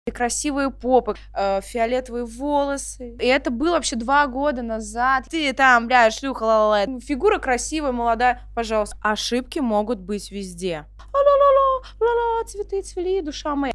красивые попы, фиолетовые волосы. И это было вообще 2 года назад. Ты там, бля, шлюха, ла-ла-ла. Фигура красивая, молодая, пожалуйста. Ошибки могут быть везде. А-ла-ла-ла, ла-ла, цветы цвели, душа моя.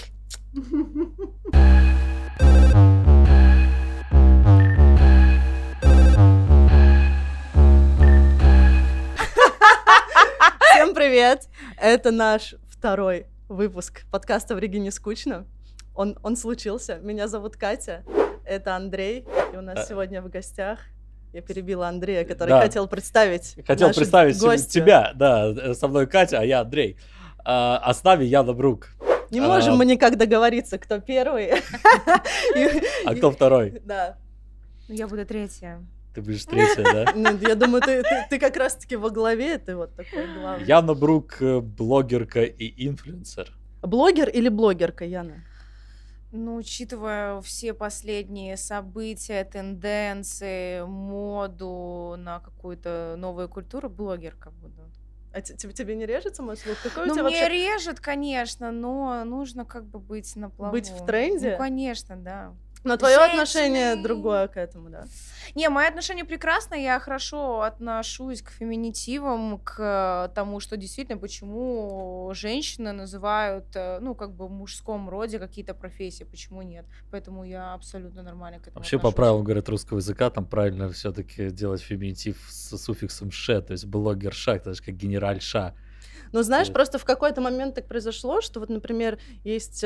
Всем привет! Это наш второй выпуск подкаста «В Риге не скучно». Он случился. Меня зовут Катя, это Андрей, и у нас сегодня в гостях... Я перебила Андрея, который хотел представить гостя. Тебя, да, со мной Катя, а я Андрей. А с нами Яна Брук. Не можем мы никак договориться, кто первый. А кто второй? Да. Я буду третья. Ты будешь третья, да? Я думаю, ты как раз-таки во главе, ты вот такой главный. Яна Брук, блогерка и инфлюенсер. Блогер или блогерка, Яна? Ну, учитывая все последние события, тенденции, моду на какую-то новую культуру, блогерка буду. А тебе не режется мой слух? Какой Ну, у тебя мне вообще... режет, конечно, но нужно как бы быть на плаву. Быть в тренде? Ну, конечно, да. Но твое отношение другое к этому, да? Не, мое отношение прекрасно, я хорошо отношусь к феминитивам, к тому, что действительно, почему женщины называют, ну, как бы в мужском роде какие-то профессии, почему нет. Поэтому я абсолютно нормально к этому Вообще, отношусь. по правилам, говорят, русского языка, там правильно все-таки делать феминитив с суффиксом «ше», то есть блогерша, это же как генеральша. Ну, знаешь, просто в какой-то момент так произошло, что вот, например, есть...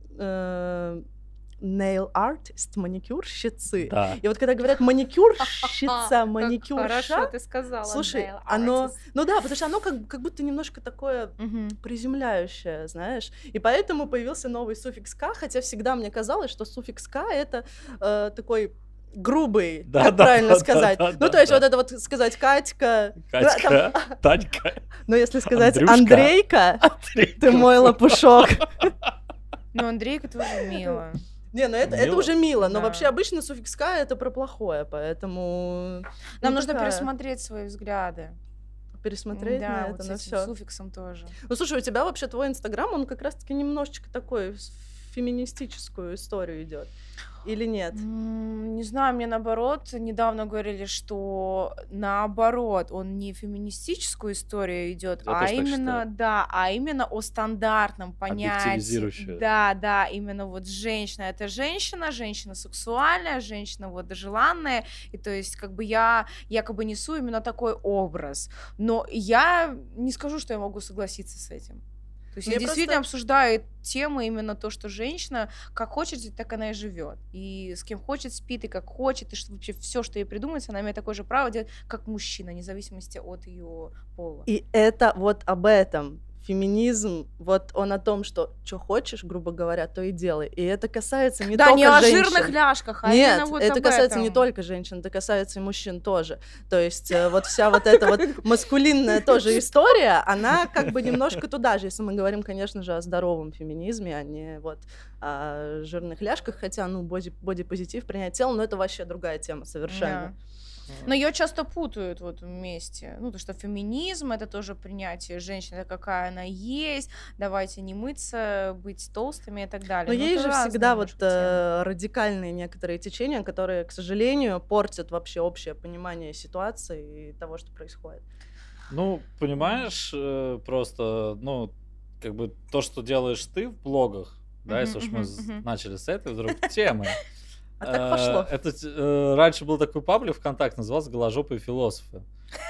nail artist, маникюрщицы. Да. И вот когда говорят маникюрщица, маникюрша... Хорошо ты сказала. Слушай, оно... Ну да, потому что оно как будто немножко такое приземляющее, знаешь. И поэтому появился новый суффикс «ка», хотя всегда мне казалось, что суффикс «ка» — это такой грубый, как правильно сказать. Ну, то есть вот это вот сказать Катька... Танька. Но если сказать Андрейка, ты мой лопушок. Ну, Андрейка тоже мило. Не, ну это уже мило, но вообще обычно суффикс «ка» — это про плохое, поэтому... Нам нужно пересмотреть свои взгляды. Пересмотреть на это, вот на с всё. этим суффиксом тоже. Ну, слушай, у тебя вообще твой Инстаграм, он как раз-таки немножечко такой в феминистическую историю идет. Или нет? Не знаю, мне наоборот, недавно говорили, что наоборот, он не феминистическую историю идет, а именно, а именно о стандартном понятии. Да, именно вот женщина, это женщина сексуальная, женщина вот желанная, и то есть как бы я якобы несу именно такой образ, но я не скажу, что я могу согласиться с этим. То есть я действительно обсуждаю темы именно то, что женщина как хочет, так она и живет. И с кем хочет спит, и как хочет, и что вообще все, что ей придумается, она имеет такое же право делать, как мужчина, вне зависимости от ее пола. И это вот об этом. Феминизм, вот он о том, что хочешь, грубо говоря, то и делай. И это касается не только женщин. Да, не о жирных ляжках, а именно вот это касается не только женщин, это касается и мужчин тоже. То есть вот вся вот эта вот маскулинная тоже история, она как бы немножко туда же, если мы говорим, конечно же, о здоровом феминизме, а не вот о жирных ляжках, хотя, ну, бодипозитив, принять тело, но это вообще другая тема совершенно. Но ее часто путают вот вместе. Ну, то, что феминизм — это тоже принятие женщины, какая она есть, давайте не мыться, быть толстыми и так далее. Но есть же всегда вот радикальные некоторые течения, которые, к сожалению, портят вообще общее понимание ситуации и того, что происходит. Ну, понимаешь, просто, ну, как бы то, что делаешь ты в блогах, да, если уж мы начали с этой вдруг темы. А так пошло. Это раньше был такой паблик ВКонтакте, назывался «Голожопые философы».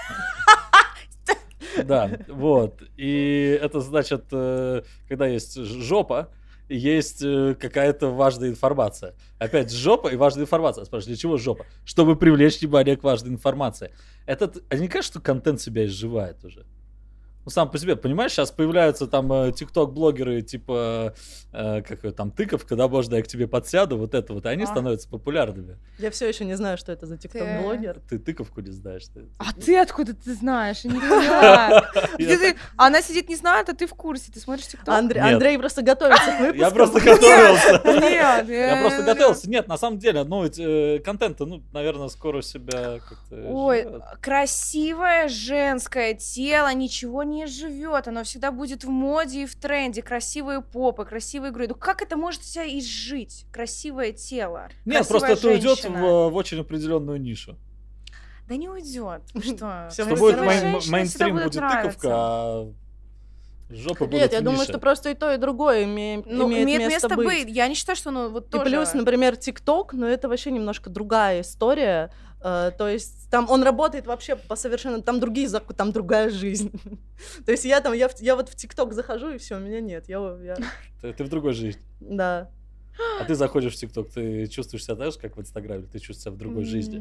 Да, вот. И это значит, когда есть жопа, есть какая-то важная информация. Опять жопа и важная информация. Спрашиваешь, для чего жопа? Чтобы привлечь внимание к важной информации. А не кажется, что контент себя изживает уже? Ну, сам по себе, понимаешь, сейчас появляются там тикток-блогеры, типа, как там, тыковка, да, можно я к тебе подсяду, вот это вот, и они становятся популярными. Я все еще не знаю, что это за тикток-блогер. Ты тыковку не знаешь. А ты откуда ты знаешь? Я не поняла. Она сидит, не знает, а ты в курсе, ты смотришь тикток? Андрей просто готовится к выпуску. Я просто готовился. Нет, я просто готовился. Нет, на самом деле, ну, ведь контент-то, ну, наверное, скоро себя как-то... Ой, красивое женское тело, ничего не не живет, оно всегда будет в моде и в тренде, красивые попы, красивые груди. Ну как это может себя изжить? Красивое тело. Нет, просто это уйдет в очень определенную нишу. Да не уйдет. Что? Что будет мейнстрим, будет тыковка, а жопа будет Нет, я думаю, что просто и то, и другое имеет место быть. Я не считаю, что оно вот тоже... И плюс, например, ТикТок, но это вообще немножко другая история. То есть там он работает вообще по совершенно... Там другие законы, там другая жизнь. То есть я вот в ТикТок захожу, и все, у меня нет. Ты в другой жизни. Да. А ты заходишь в ТикТок, ты чувствуешь себя так же, как в Инстаграме, ты чувствуешь себя в другой жизни?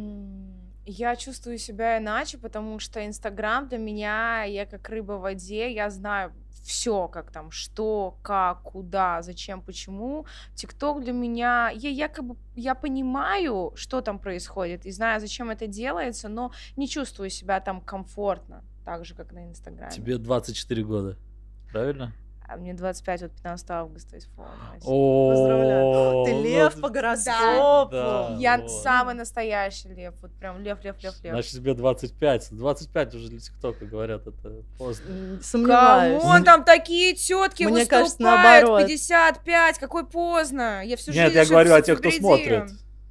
Я чувствую себя иначе, потому что Инстаграм для меня, я как рыба в воде, я знаю все, как там, что, как, куда, зачем, почему. ТикТок для меня, я понимаю, что там происходит, и знаю, зачем это делается, но не чувствую себя там комфортно, так же, как на Инстаграме. Тебе 24 года, правильно? А мне 25, вот 15 августа исполнилось. Поздравляю. Ты лев по гороскопу. Да, я самый настоящий лев. Вот прям лев. Значит, тебе 25. 25 уже для ТикТока, говорят, это поздно. Сомневаюсь. Камон, там такие тетки Мне выступают, кажется, наоборот. 55, какой поздно. Я всю жизнь... Нет, я говорю о тех, кто смотрит.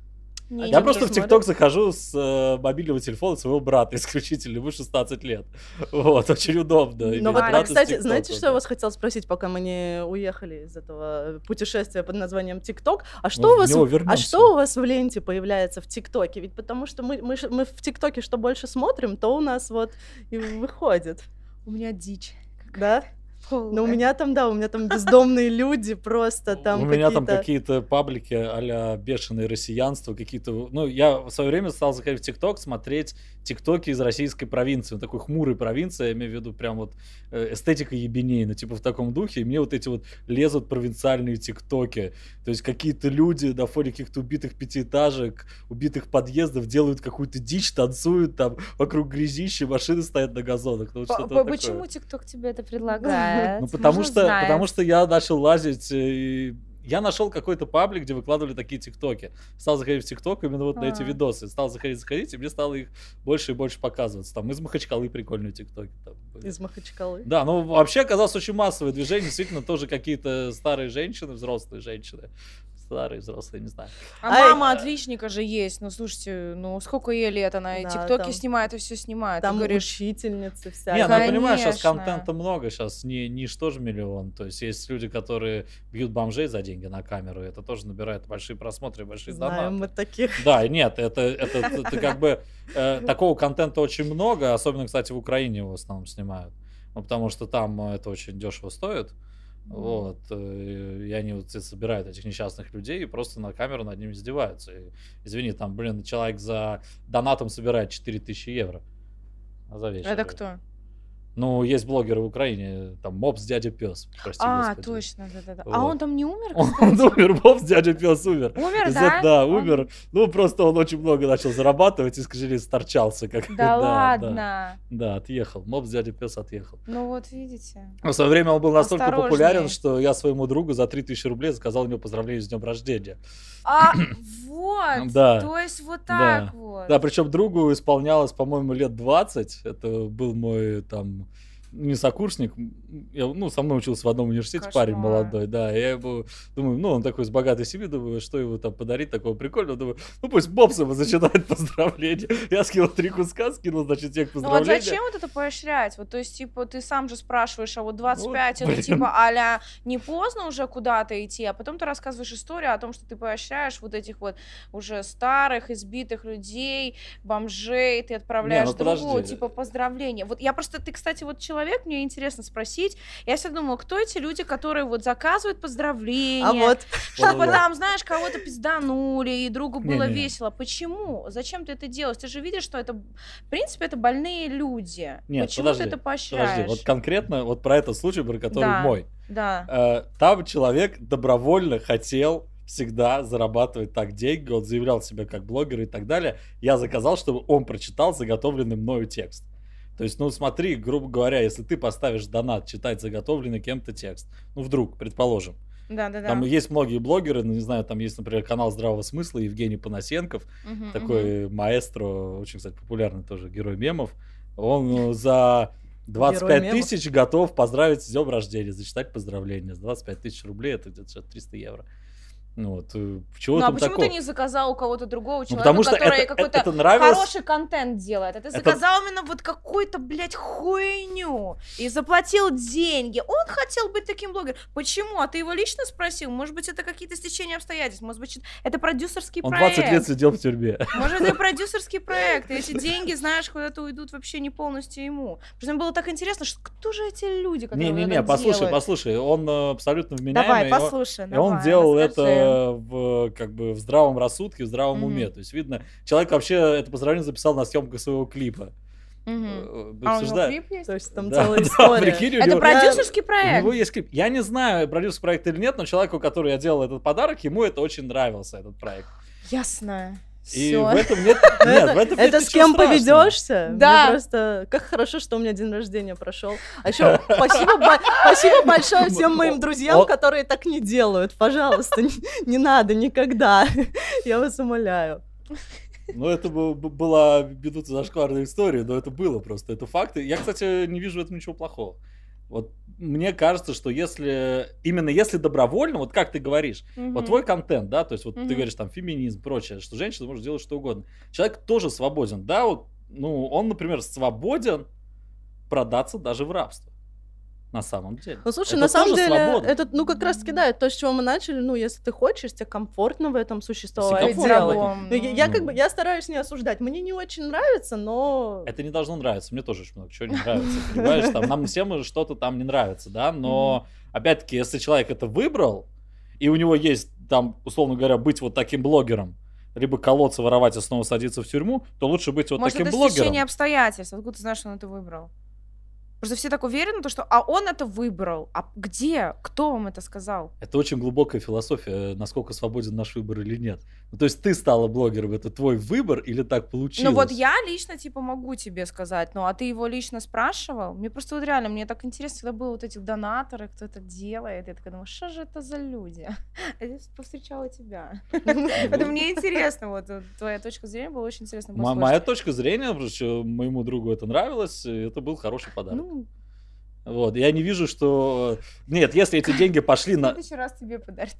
Я просто в ТикТок захожу с мобильного телефона своего брата исключительно, ему 16 лет. Вот, очень удобно. Ну вот, кстати, знаете, что я вас хотела спросить, пока мы не уехали из этого путешествия под названием ТикТок? А что у вас в ленте появляется в ТикТоке? Ведь потому что мы в ТикТоке что больше смотрим, то у нас вот и выходит. У меня дичь. Да? Ну, у меня там бездомные люди просто там. У меня там какие-то паблики а-ля бешеное россиянство, какие-то... Ну, я в свое время стал заходить в ТикТок, смотреть ТикТоки из российской провинции, такой хмурой провинции, я имею в виду прям вот эстетика ебенейна, типа в таком духе, и мне вот эти вот лезут провинциальные ТикТоки, то есть какие-то люди на фоне каких-то убитых пятиэтажек, убитых подъездов делают какую-то дичь, танцуют там, вокруг грязища, машины стоят на газонах. Ну, вот почему ТикТок тебе это предлагает? Ну, потому что я начал лазить, я нашел какой-то паблик, где выкладывали такие ТикТоки. Стал заходить в ТикТок именно вот на эти видосы. Стал заходить, и мне стало их больше и больше показываться. Там из Махачкалы прикольные ТикТоки. Из Махачкалы? Да, ну вообще оказалось очень массовое движение. Действительно, тоже какие-то старые женщины, взрослые женщины. Старые, взрослые, не знаю. А мама отличника же есть. Ну, слушайте, ну сколько ей лет, она и ТикТоки снимает, и все снимает. Там учительницы всякие. Не, ну я понимаю, сейчас контента много, сейчас ниш тоже миллион. То есть есть люди, которые бьют бомжей за деньги на камеру, и это тоже набирает большие просмотры, большие донаты. Знаем мы таких. Да, нет, это как бы такого контента очень много, особенно, кстати, в Украине его в основном снимают. Ну, потому что там это очень дешево стоит. Вот, и они вот собирают этих несчастных людей и просто на камеру над ними издеваются. И, извини, там, блин, человек за донатом собирает 4000 евро за вечер. Это кто? Ну, есть блогеры в Украине, там, Мопс, Дядя Пес, прости господи. Точно, да. Вот. А он там не умер, кстати? Он умер, Мопс, Дядя Пес умер. Умер, да? Да, умер. Ну, просто он очень много начал зарабатывать и, скажи, сторчался. Да ладно? Да, отъехал. Мопс, Дядя Пес отъехал. Ну, вот видите. В свое время он был настолько популярен, что я своему другу за 3000 рублей заказал у него поздравление с днем рождения. Вот, да. То есть вот так вот. Да, причем другу исполнялось, по-моему, лет 20. Это был мой там не сокурсник, со мной учился в одном университете, парень молодой, да, я ему думаю, он такой из богатой семьи, думаю, что ему там подарить такого прикольного, думаю, пусть Бобс ему зачитает поздравления. Я скинул 3 куска, значит, тех поздравлений. Ну вот зачем вот это поощрять? Вот, то есть, типа, ты сам же спрашиваешь, а вот 25, это типа а-ля не поздно уже куда-то идти, а потом ты рассказываешь историю о том, что ты поощряешь вот этих вот уже старых, избитых людей, бомжей, ты отправляешь другу, типа, поздравления. Вот я просто, ты, кстати, вот человек, мне интересно спросить. Я всегда думала, кто эти люди, которые вот заказывают поздравления, чтобы там, знаешь, кого-то пизданули, и другу было весело. Почему? Зачем ты это делаешь? Ты же видишь, что это, в принципе, это больные люди. Нет, почему ты это поощряешь? Подожди, вот конкретно вот про этот случай, про который мой. Да. Там человек добровольно хотел всегда зарабатывать так деньги, он заявлял себя как блогер и так далее. Я заказал, чтобы он прочитал заготовленный мною текст. То есть, смотри, грубо говоря, если ты поставишь донат читать заготовленный кем-то текст, вдруг, предположим. Да. Там есть многие блогеры, не знаю, там есть, например, канал Здравого Смысла, Евгений Панасенков, такой маэстро, очень, кстати, популярный тоже герой мемов. Он за 25 тысяч готов поздравить с днем рождения, зачитать поздравления. 25 тысяч рублей, это где-то 300 евро. Ну вот, почему а почему ты не заказал у кого-то другого человека, потому что который какой-то нравилось... хороший контент делает, а ты заказал именно вот какую-то, блядь, хуйню и заплатил деньги. Он хотел быть таким блогером. Почему? А ты его лично спросил? Может быть, это какие-то стечения обстоятельств? Может быть, это продюсерский проект? Он 20 лет сидел в тюрьме. Может, это продюсерский проект, и эти деньги, знаешь, куда-то уйдут вообще не полностью ему. Потому что мне было так интересно, что кто же эти люди, которые это делают? Послушай, он абсолютно вменяемый. Давай, послушай. И он делал это в здравом рассудке, в здравом уме. То есть, видно, человек вообще это поздравление записал на съемках своего клипа. А у него клип есть? То есть там целая история. Это продюсерский проект? У него есть клип. Я не знаю, продюсерский проект или нет, но человеку, который я делал этот подарок, ему это очень нравился, этот проект. Ясно. И всё. в этом нет, в этом это нет с кем страшного. поведешься? Да. Мне просто как хорошо, что у меня день рождения прошел. А еще спасибо большое всем моим друзьям, которые так не делают. Пожалуйста, не надо никогда. Я вас умоляю. Ну, это была бедуться зашкварная история, но это было просто, это факты. Я, кстати, не вижу в этом ничего плохого. Вот мне кажется, что если добровольно, вот как ты говоришь, вот твой контент, да, то есть вот ты говоришь там феминизм, прочее, что женщина может делать что угодно. Человек тоже свободен, да, вот, ну, он, например, свободен продаться даже в рабство. На самом деле. Ну, слушай, это на самом деле, свобода. это, ну, как раз таки, да, то, с чего мы начали, ну, если ты хочешь, тебе комфортно в этом существовать, комфортно, делать. Я как бы, я стараюсь не осуждать. Мне не очень нравится, но... Это не должно нравиться, мне тоже очень много чего не нравится, понимаешь, там, нам всем что-то там не нравится, да, но, опять-таки, если человек это выбрал, и у него есть, там, условно говоря, быть вот таким блогером, либо колоться, воровать и снова садиться в тюрьму, то лучше быть вот таким блогером. Может, это стечение обстоятельств, откуда ты знаешь, что он это выбрал? Просто все так уверены, что он это выбрал. А где? Кто вам это сказал? Это очень глубокая философия, насколько свободен наш выбор или нет. Ну, то есть ты стала блогером, это твой выбор или так получилось? Ну вот я лично типа могу тебе сказать, ну а ты его лично спрашивал? Мне просто вот реально, мне так интересно, когда было вот эти донаторы, кто это делает. Я такая думаю, что же это за люди? Я повстречала тебя. Это мне интересно, вот твоя точка зрения была очень интересна. Моя точка зрения, потому что моему другу это нравилось, это был хороший подарок. Вот, я не вижу, что... Нет, если эти деньги пошли на... В следующий раз тебе подарят.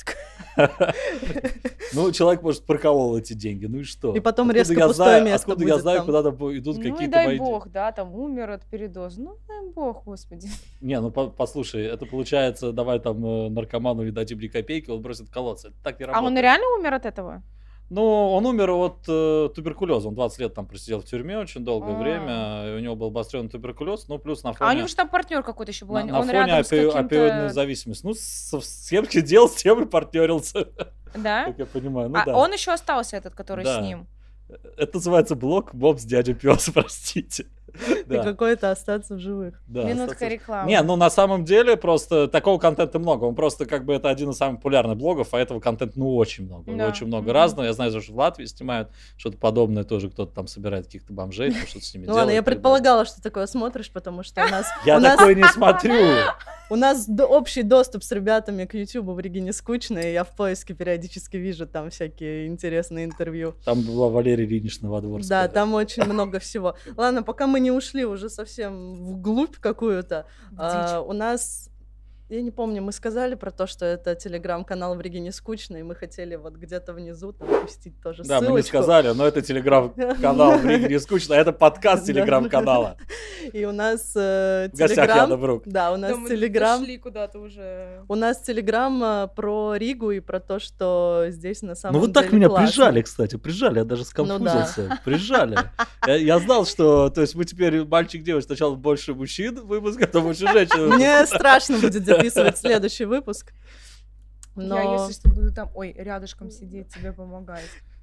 Ну, человек, может, проколол эти деньги, ну и что? И потом резко пустое место Откуда я знаю, куда там идут какие-то мои деньги? Ну и дай бог, да, там умер от передоза. Ну, дай бог, господи. Не, ну послушай, это получается, давай там наркоману не дадим ни копейки, он бросит колодцы. Это так не работает. А он реально умер от этого? Ну, он умер от туберкулеза. Он 20 лет там просидел в тюрьме очень долгое время. И у него был обостренный туберкулез. Ну, плюс на фоне... А у него же там партнер какой-то еще был. На фоне опиоидной зависимости. Ну, с кем делал, с тем и партнерился. Да? Как я понимаю. Ну, а да. Он еще остался, этот, который с ним. Это называется блог «Боб с дядей Пес», простите. И какой-то остаться в живых. Минутка рекламы. Не, ну на самом деле просто такого контента много. Он просто как бы это один из самых популярных блогов, а этого контента ну очень много. Да. Очень много разного. Я знаю, что в Латвии снимают что-то подобное тоже. Кто-то там собирает каких-то бомжей, что-то с ними делает. Ну ладно, я предполагала, что такое смотришь, потому что у нас... Я такое не смотрю. У нас общий доступ с ребятами к YouTube в Риге не скучно, и я в поиске периодически вижу там всякие интересные интервью. Там была Валерия Ильинична Водворская. Да, там очень много всего. Ладно, пока мы не ушли уже совсем вглубь какую-то, у нас... Я не помню, мы сказали про то, что это телеграм-канал в Риге не скучно, и мы хотели вот где-то внизу там пустить тоже ссылочку. Да, мы не сказали, но это телеграм-канал в Риге не скучно, а это подкаст телеграм-канала. И у нас телеграм... Да, у нас телеграм... Мы куда-то уже... У нас телеграм про Ригу и про то, что здесь на самом деле Ну вот так меня прижали, кстати, прижали, я даже сконфузился. Прижали. Я знал, что, то есть мы теперь мальчик-девочка, сначала больше мужчин выпуск, а потом больше женщин. Мне страшно будет записывать следующий выпуск. Но... Я, если что, буду там, рядышком сидеть, тебе помогать.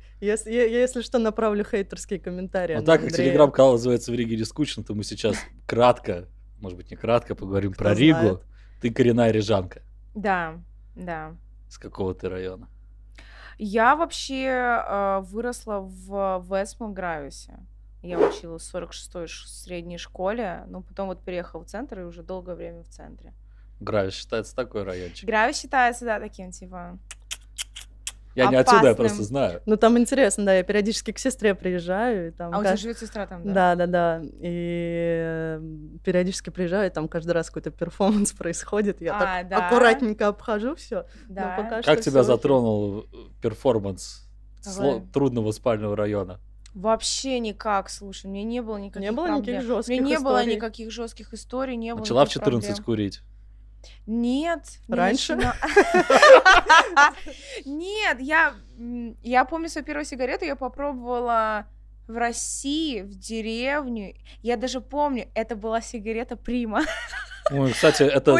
Если что, направлю хейтерские комментарии. Вот так как телеграм-канал называется «В Риге не скучно», то мы сейчас кратко, может быть, не кратко, поговорим про Ригу. Ты коренная рижанка. Да, да. С какого ты района? Я вообще выросла в Вестман-Грависе. Я училась в 46-й средней школе, но потом вот переехала в центр и уже долгое время в центре. Гравис считается такой райончик? Гравис считается, да, таким, типа... Я не отсюда, я просто знаю. Ну, там интересно, да, я периодически к сестре приезжаю. И там у тебя живет сестра там, да? Да. И периодически приезжаю, и там каждый раз какой-то перформанс происходит. Я так аккуратненько обхожу все. Да. Как тебя затронул перформанс трудного спального района? Вообще никак, слушай, мне не было никаких проблем. Не было никаких жестких историй? Мне не было никаких жестких историй, не было. Начала в 14 курить? Нет. Раньше? Нет, я помню свою первую сигарету, я попробовала в России, в деревню. Я даже помню, это была сигарета Прима. Ой, кстати, это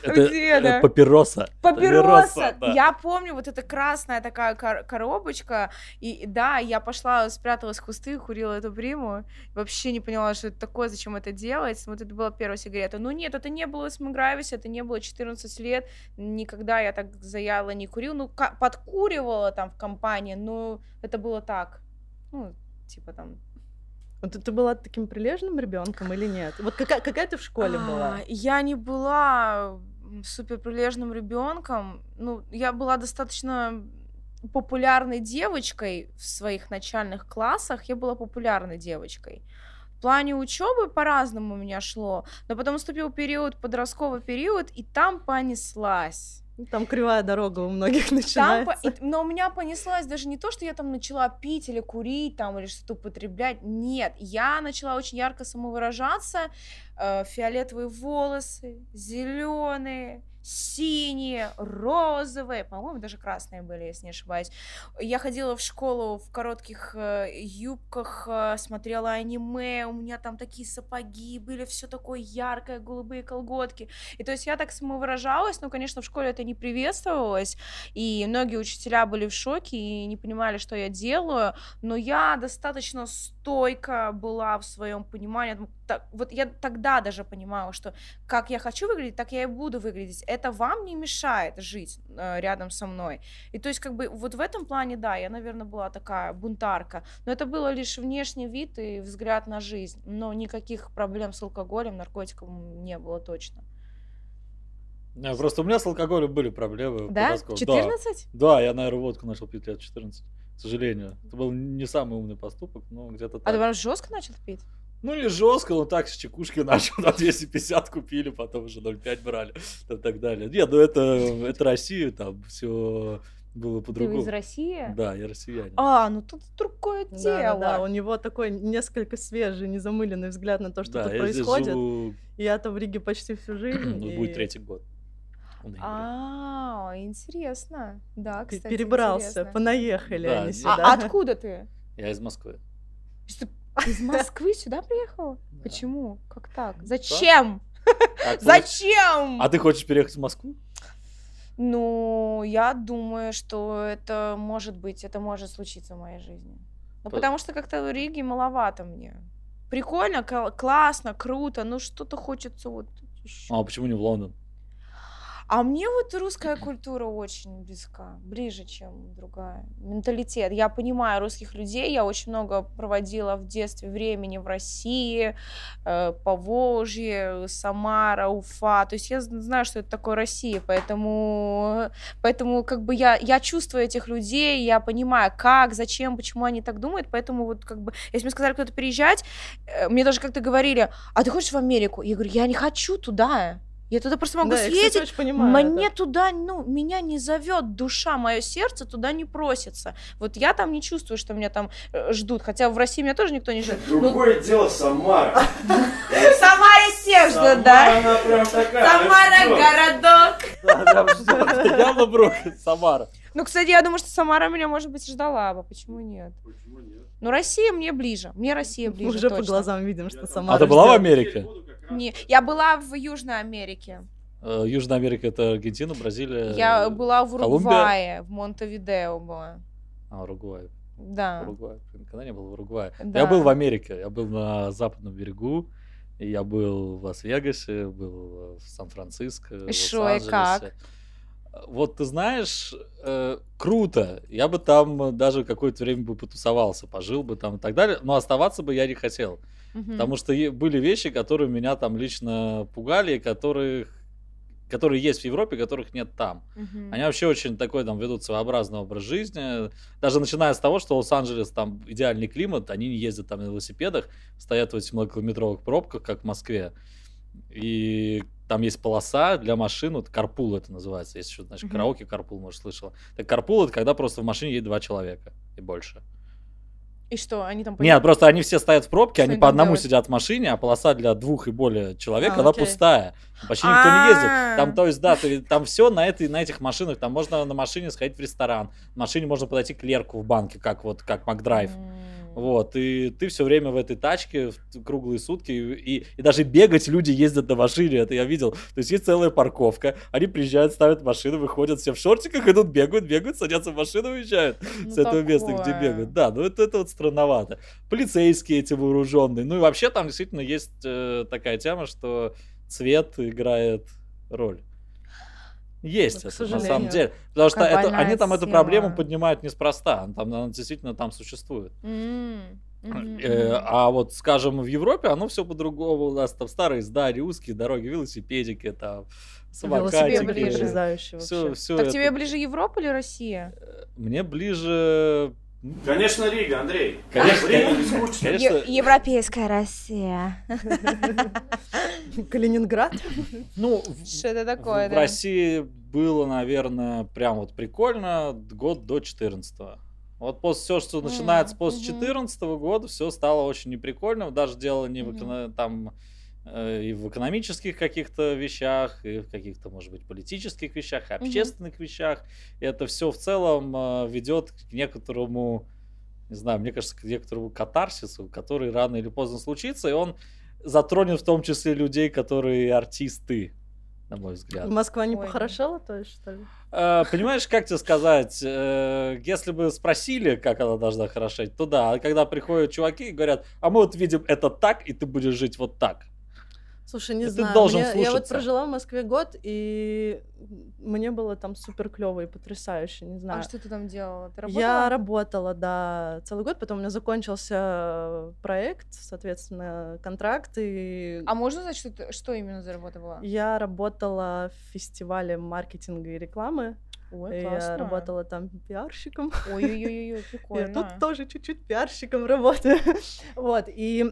папироса. Папироса! Да. Я помню, вот эта красная такая коробочка, и да, я пошла, спряталась в кусты, курила эту Приму, вообще не поняла, что это такое, зачем это делать, вот это была первая сигарета. Ну нет, это не было в Смигрависе, это не было 14 лет, никогда я так заядло не курила, ну, подкуривала там в компании, но это было так, ну, типа там... Ты была таким прилежным ребенком или нет? Вот какая ты в школе была? Я не была супер прилежным ребенком. Ну, я была достаточно популярной девочкой в своих начальных классах. Я была популярной девочкой. В плане учебы по-разному у меня шло, но потом наступил подростковый период, и там понеслась. Там кривая дорога у многих начинается. Но у меня понеслась даже не то, что я там начала пить или курить там, или что-то употреблять. Нет, я начала очень ярко самовыражаться. Фиолетовые волосы, зеленые, синие, розовые, по-моему, даже красные были, если не ошибаюсь. Я ходила в школу в коротких юбках, смотрела аниме, у меня там такие сапоги были, все такое яркое, голубые колготки. И то есть я так самовыражалась, но, конечно, в школе это не приветствовалось, и многие учителя были в шоке и не понимали, что я делаю, но я достаточно стойко была в своем понимании. Вот я тогда даже понимала, что как я хочу выглядеть, так я и буду выглядеть. Это вам не мешает жить рядом со мной. И то есть как бы вот в этом плане, да, я, наверное, была такая бунтарка. Но это было лишь внешний вид и взгляд на жизнь. Но никаких проблем с алкоголем, наркотиком не было точно. Просто у меня с алкоголем были проблемы. Да? 14? Да, я, наверное, водку начал пить лет 14. К сожалению. Это был не самый умный поступок, но где-то так. А ты прям жестко начал пить? Ну, не жестко, но так, с чекушки начал, на 250 купили, потом уже 0,5 брали и так далее. Нет, ну это Россия, там все было по-другому. Ты из России? Да, я россиянин. Ну тут другое дело. Да, у него такой несколько свежий, незамыленный взгляд на то, что тут происходит. Живу... Я-то в Риге почти всю жизнь. Будет 3-й год. Интересно. Да, кстати, перебрался, интересно. понаехали они сюда. А откуда ты? Я из Москвы. Из Москвы сюда приехала? Да. Почему? Как так? Зачем? Зачем? А ты хочешь переехать в Москву? Ну, я думаю, что это может случиться в моей жизни. Ну, потому что как-то в Риге маловато мне. Прикольно, классно, круто, но что-то хочется вот еще. А почему не в Лондон? А мне вот русская культура очень близка, ближе, чем другая. Менталитет. Я понимаю русских людей, я очень много проводила в детстве времени в России, Поволжье, Самара, Уфа. То есть я знаю, что это такое Россия, поэтому как бы я чувствую этих людей, я понимаю, как, зачем, почему они так думают, поэтому вот как бы, если мне сказали куда-то переезжать, мне даже как-то говорили, а ты хочешь в Америку? Я говорю, я не хочу туда. Я туда просто могу съездить, мне туда, меня не зовет душа, мое сердце туда не просится. Вот я там не чувствую, что меня там ждут, хотя в России меня тоже никто не ждет. Другое дело Самара. В Самаре всех ждут, да? Она прям такая. Самара городок. Явно брок, Самара. Ну, кстати, я думаю, что Самара меня, может быть, ждала бы. Почему нет? Ну, Россия мне ближе. Мне Россия ближе. Уже по глазам видим, что Самара. А ты была в Америке? Не, я была в Южной Америке. Южная Америка — это Аргентина, Бразилия, я была в Уругвае, Колумбия? в Монтевидео была. Уругвай. Да. Уругвай. Никогда не был в Уругвае. Да. Я был в Америке, я был на западном берегу, и я был в Лас-Вегасе, был в Сан-Франциско, в Лос-Анджелесе. И как? Вот ты знаешь, круто. Я бы там даже какое-то время бы потусовался, пожил бы там и так далее, но оставаться бы я не хотел. Потому что были вещи, которые меня там лично пугали, и которых которые есть в Европе, которых нет там. Они вообще очень такой там ведут своеобразный образ жизни. Даже начиная с того, что Лос-Анджелес там идеальный климат, они не ездят там на велосипедах, стоят в этих многокилометровых пробках, как в Москве. И там есть полоса для машин, вот карпул это называется, если что, значит, караоке карпул, может, слышала. Так карпул это когда просто в машине едет 2 человека и больше. И что, они там... Нет, просто они все стоят в пробке, они по одному сидят в машине, а полоса для 2 и более человек, она пустая. Почти никто не ездит. Там, то есть, да, там все на этих машинах. Там можно на машине сходить в ресторан. На машине можно подойти к клерку в банке, как Макдрайв. Вот, и ты все время в этой тачке круглые сутки, и даже бегать люди ездят на машине, это я видел. То есть есть целая парковка, они приезжают, ставят машину, выходят все в шортиках, идут, бегают, садятся в машину, уезжают с этого места, где бегают. Да, ну это вот странновато. Полицейские эти вооруженные. Ну и вообще там действительно есть такая тема, что цвет играет роль. Есть это, на самом деле. Потому что они там эту проблему поднимают неспроста. Она действительно там существует. А вот, скажем, в Европе оно все по-другому. У нас там старые здания, узкие дороги, велосипедики, там, самокатики. Тебе ближе. Так тебе ближе Европа или Россия? Мне ближе... Конечно, Рига, Андрей. Конечно. Европейская Россия. Калининград? Ну, что это такое, в России было, наверное, прям вот прикольно год до 14-го. Вот все, что начинается после 14 года, все стало очень неприкольным. Даже дело не там и в экономических каких-то вещах, и в каких-то, может быть, политических вещах, и общественных вещах. И это все в целом ведет к некоторому, не знаю, мне кажется, к некоторому катарсису, который рано или поздно случится, и он затронет в том числе людей, которые артисты, на мой взгляд. Москва не похорошела, то есть, что ли? Понимаешь, как тебе сказать, если бы спросили, как она должна хорошеть, то да, а когда приходят чуваки и говорят, а мы вот видим это так, и ты будешь жить вот так. Слушай, не ты знаю, должен я вот прожила в Москве год, и мне было там супер клево и потрясающе, не знаю. А что ты там делала? Ты работала? Я работала, да, целый год, потом у меня закончился проект, соответственно, контракт. И... А можно знать, что именно за работа была? Я работала в фестивале маркетинга и рекламы. Ой, классно. Я работала там пиарщиком. Ой-ой-ой, прикольно. Я тут тоже чуть-чуть пиарщиком работаю. Вот, и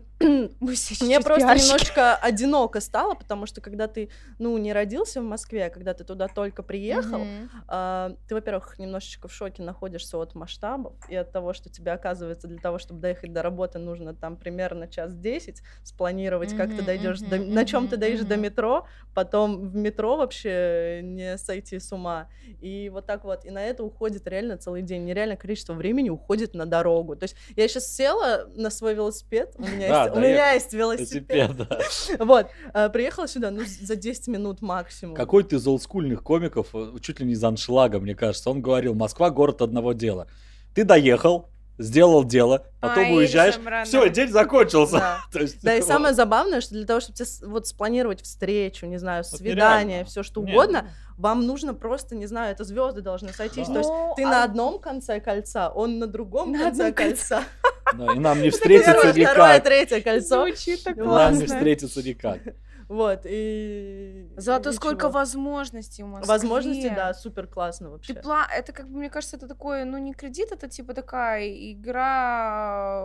мне просто пиарщики. немножко одиноко стало, потому что когда ты, не родился в Москве, а когда ты туда только приехал, ты, во-первых, немножечко в шоке находишься от масштабов и от того, что тебе, оказывается, для того, чтобы доехать до работы, нужно там примерно 1:10 спланировать, как ты дойдешь, на чем ты доедешь до метро, потом в метро вообще не сойти с ума. И вот так вот. И на это уходит реально целый день. Нереальное количество времени уходит на дорогу. То есть я сейчас села на свой велосипед. У меня есть велосипед. Вот. Приехала сюда, за 10 минут максимум. Какой ты из олдскульных комиков, чуть ли не из аншлага, мне кажется. Он говорил, Москва — город одного дела. Ты доехал, сделал дело, потом уезжаешь, все, день закончился. Да, и самое забавное, что для того, чтобы тебе вот спланировать встречу, не знаю, свидание, все что угодно, вам нужно просто, не знаю, это звезды должны сойтись. То есть ты на одном конце кольца, он на другом конце кольца. И нам не встретиться никак. Второе, третье кольцо. Звучит так классно. Нам не встретиться никак. Вот, и... Зато сколько возможностей у Москвы. Возможностей, да, супер классно вообще. Это, как бы, мне кажется, это такое, не кредит, это типа такая игра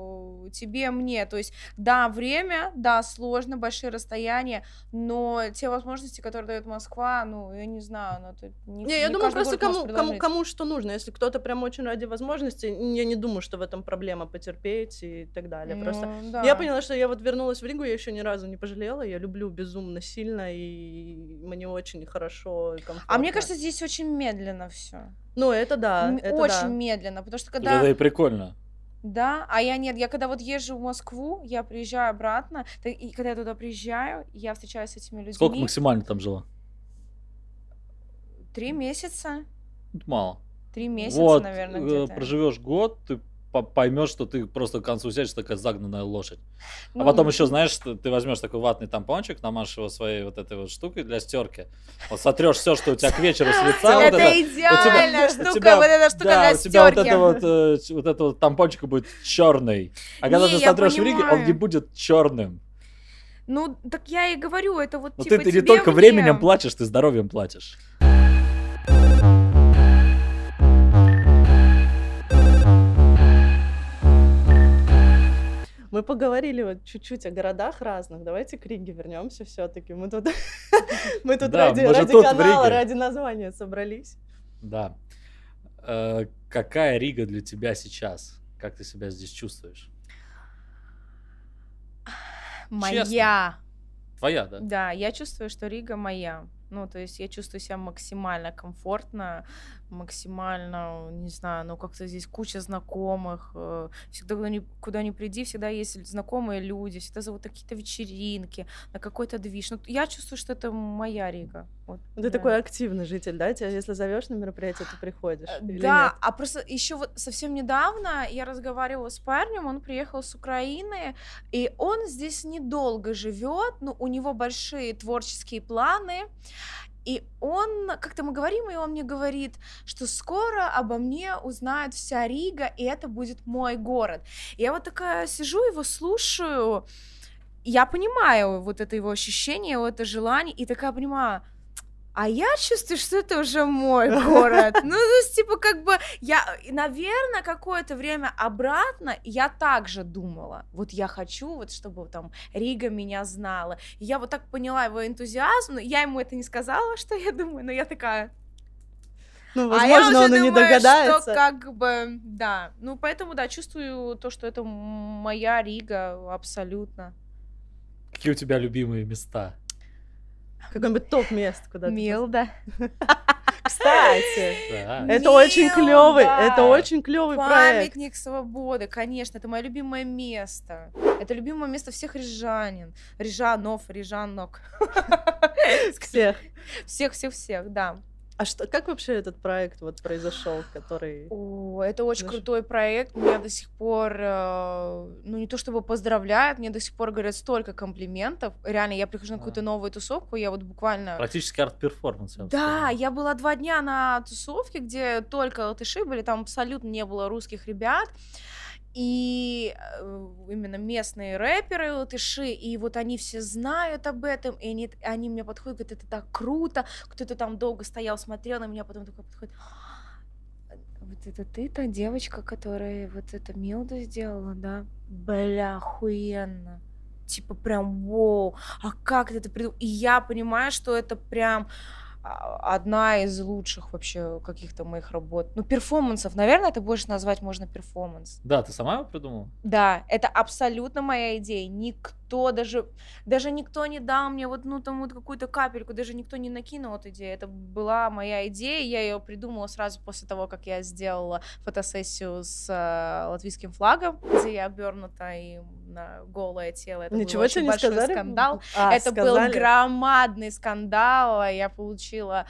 тебе, мне. То есть, да, время, да, сложно, большие расстояния, но те возможности, которые дает Москва, я не знаю, я думаю, просто кому что нужно. Если кто-то прям очень ради возможностей, я не думаю, что в этом проблема потерпеть и так далее. Просто я поняла, что я вот вернулась в Ригу, я еще ни разу не пожалела, я люблю безумно сильно, и мне очень хорошо и комфортно. А мне кажется, здесь очень медленно все. Это да. Очень медленно, потому что когда... Это и прикольно. Да, а я нет. Я когда вот езжу в Москву, я приезжаю обратно, и когда я туда приезжаю, я встречаюсь с этими людьми. Сколько максимально там жила? 3 месяца. Мало. 3 месяца, наверное, где-то. Проживешь год, ты поймешь, что ты просто к концу сядешь такая загнанная лошадь. А потом еще, знаешь, ты возьмешь такой ватный тампончик, намажешь его своей вот этой вот штукой для стёрки, вот сотрешь все, что у тебя к вечеру с лица. Это идеальная штука, вот эта штука для стёрки. У тебя вот это вот тампончик будет черный. А когда ты сотрешь в Риге, он не будет черным. Ну, так я и говорю, это вот Но типа ты тебе не только мне. временем платишь, ты здоровьем платишь. Мы поговорили вот чуть-чуть о городах разных. Давайте к Риге вернемся все-таки. Мы тут Да, ради мы же тут в канала, Риге. ради названия собрались. Да. Какая Рига для тебя сейчас? Как ты себя здесь чувствуешь? Моя. Честно. Твоя, да? Да, я чувствую, что Рига моя. Ну, то есть я чувствую себя максимально комфортно, максимально, не знаю, ну, как-то здесь куча знакомых. Всегда, куда ни приди, всегда есть знакомые люди, всегда зовут на какие-то вечеринки, на какой-то движ. Ну, я чувствую, что это моя Рига. Вот, Ты да. такой активный житель, да? Тебя, если зовешь на мероприятие, ты приходишь? Или Да, нет? а просто еще вот совсем недавно я разговаривала с парнем, он приехал с Украины, и он здесь недолго живет, но у него большие творческие планы, и он, как-то мы говорим, и он мне говорит, что скоро обо мне узнает вся Рига, и это будет мой город. И я вот такая сижу, его слушаю, я понимаю вот это его ощущение, вот это желание, и такая понимаю, а я чувствую, что это уже мой город. Ну, то есть, типа, как бы, я, наверное, какое-то время обратно я также думала. Вот я хочу, вот, чтобы там Рига меня знала. И я вот так поняла его энтузиазм, но я ему это не сказала, что я думаю, но я такая... Ну, А я возможно, уже он и не думаю, догадается. что как бы, да. Ну, поэтому, да, чувствую то, что это моя Рига абсолютно. Какие у тебя любимые места? Какой-нибудь топ-мест, куда ты... Милда. Кстати, Да. это очень клевый, Милда. это очень клевый проект. Памятник свободы, конечно, это мое любимое место. Это любимое место всех рижанин. Рижанок. Всех. Всех, да. А что, как вообще этот проект вот произошел, который... О, это очень Наш- крутой проект. Меня до сих пор, ну не то чтобы поздравляют, мне до сих пор говорят столько комплиментов. Реально, я прихожу на какую-то новую тусовку, я вот буквально... Практически арт-перформанс. я бы Да, сказал. я была 2 дня на тусовке, где только латыши были, там абсолютно не было русских ребят. И именно местные рэперы, латыши, и вот они все знают об этом, и они мне подходят, говорят, это так круто, кто-то там долго стоял, смотрел на меня, потом такой подходит, вот это ты та девочка, которая вот это Милда сделала, да? Бля, охуенно. Типа прям вау, а как ты это придумал? И я понимаю, что это прям одна из лучших вообще каких-то моих работ. Ну, перформансов, наверное, это больше назвать можно перформанс. Да, ты сама его придумала? Да, это абсолютно моя идея. Никто, даже никто не дал мне вот, ну, там вот какую-то капельку, даже никто не накинул эту идею. Это была моя идея, я ее придумала сразу после того, как я сделала фотосессию с латвийским флагом, где я обернута и на голое тело. Это Ничего был очень тебе не большой сказали? скандал. А, Это был сказали? громадный скандал. Я получила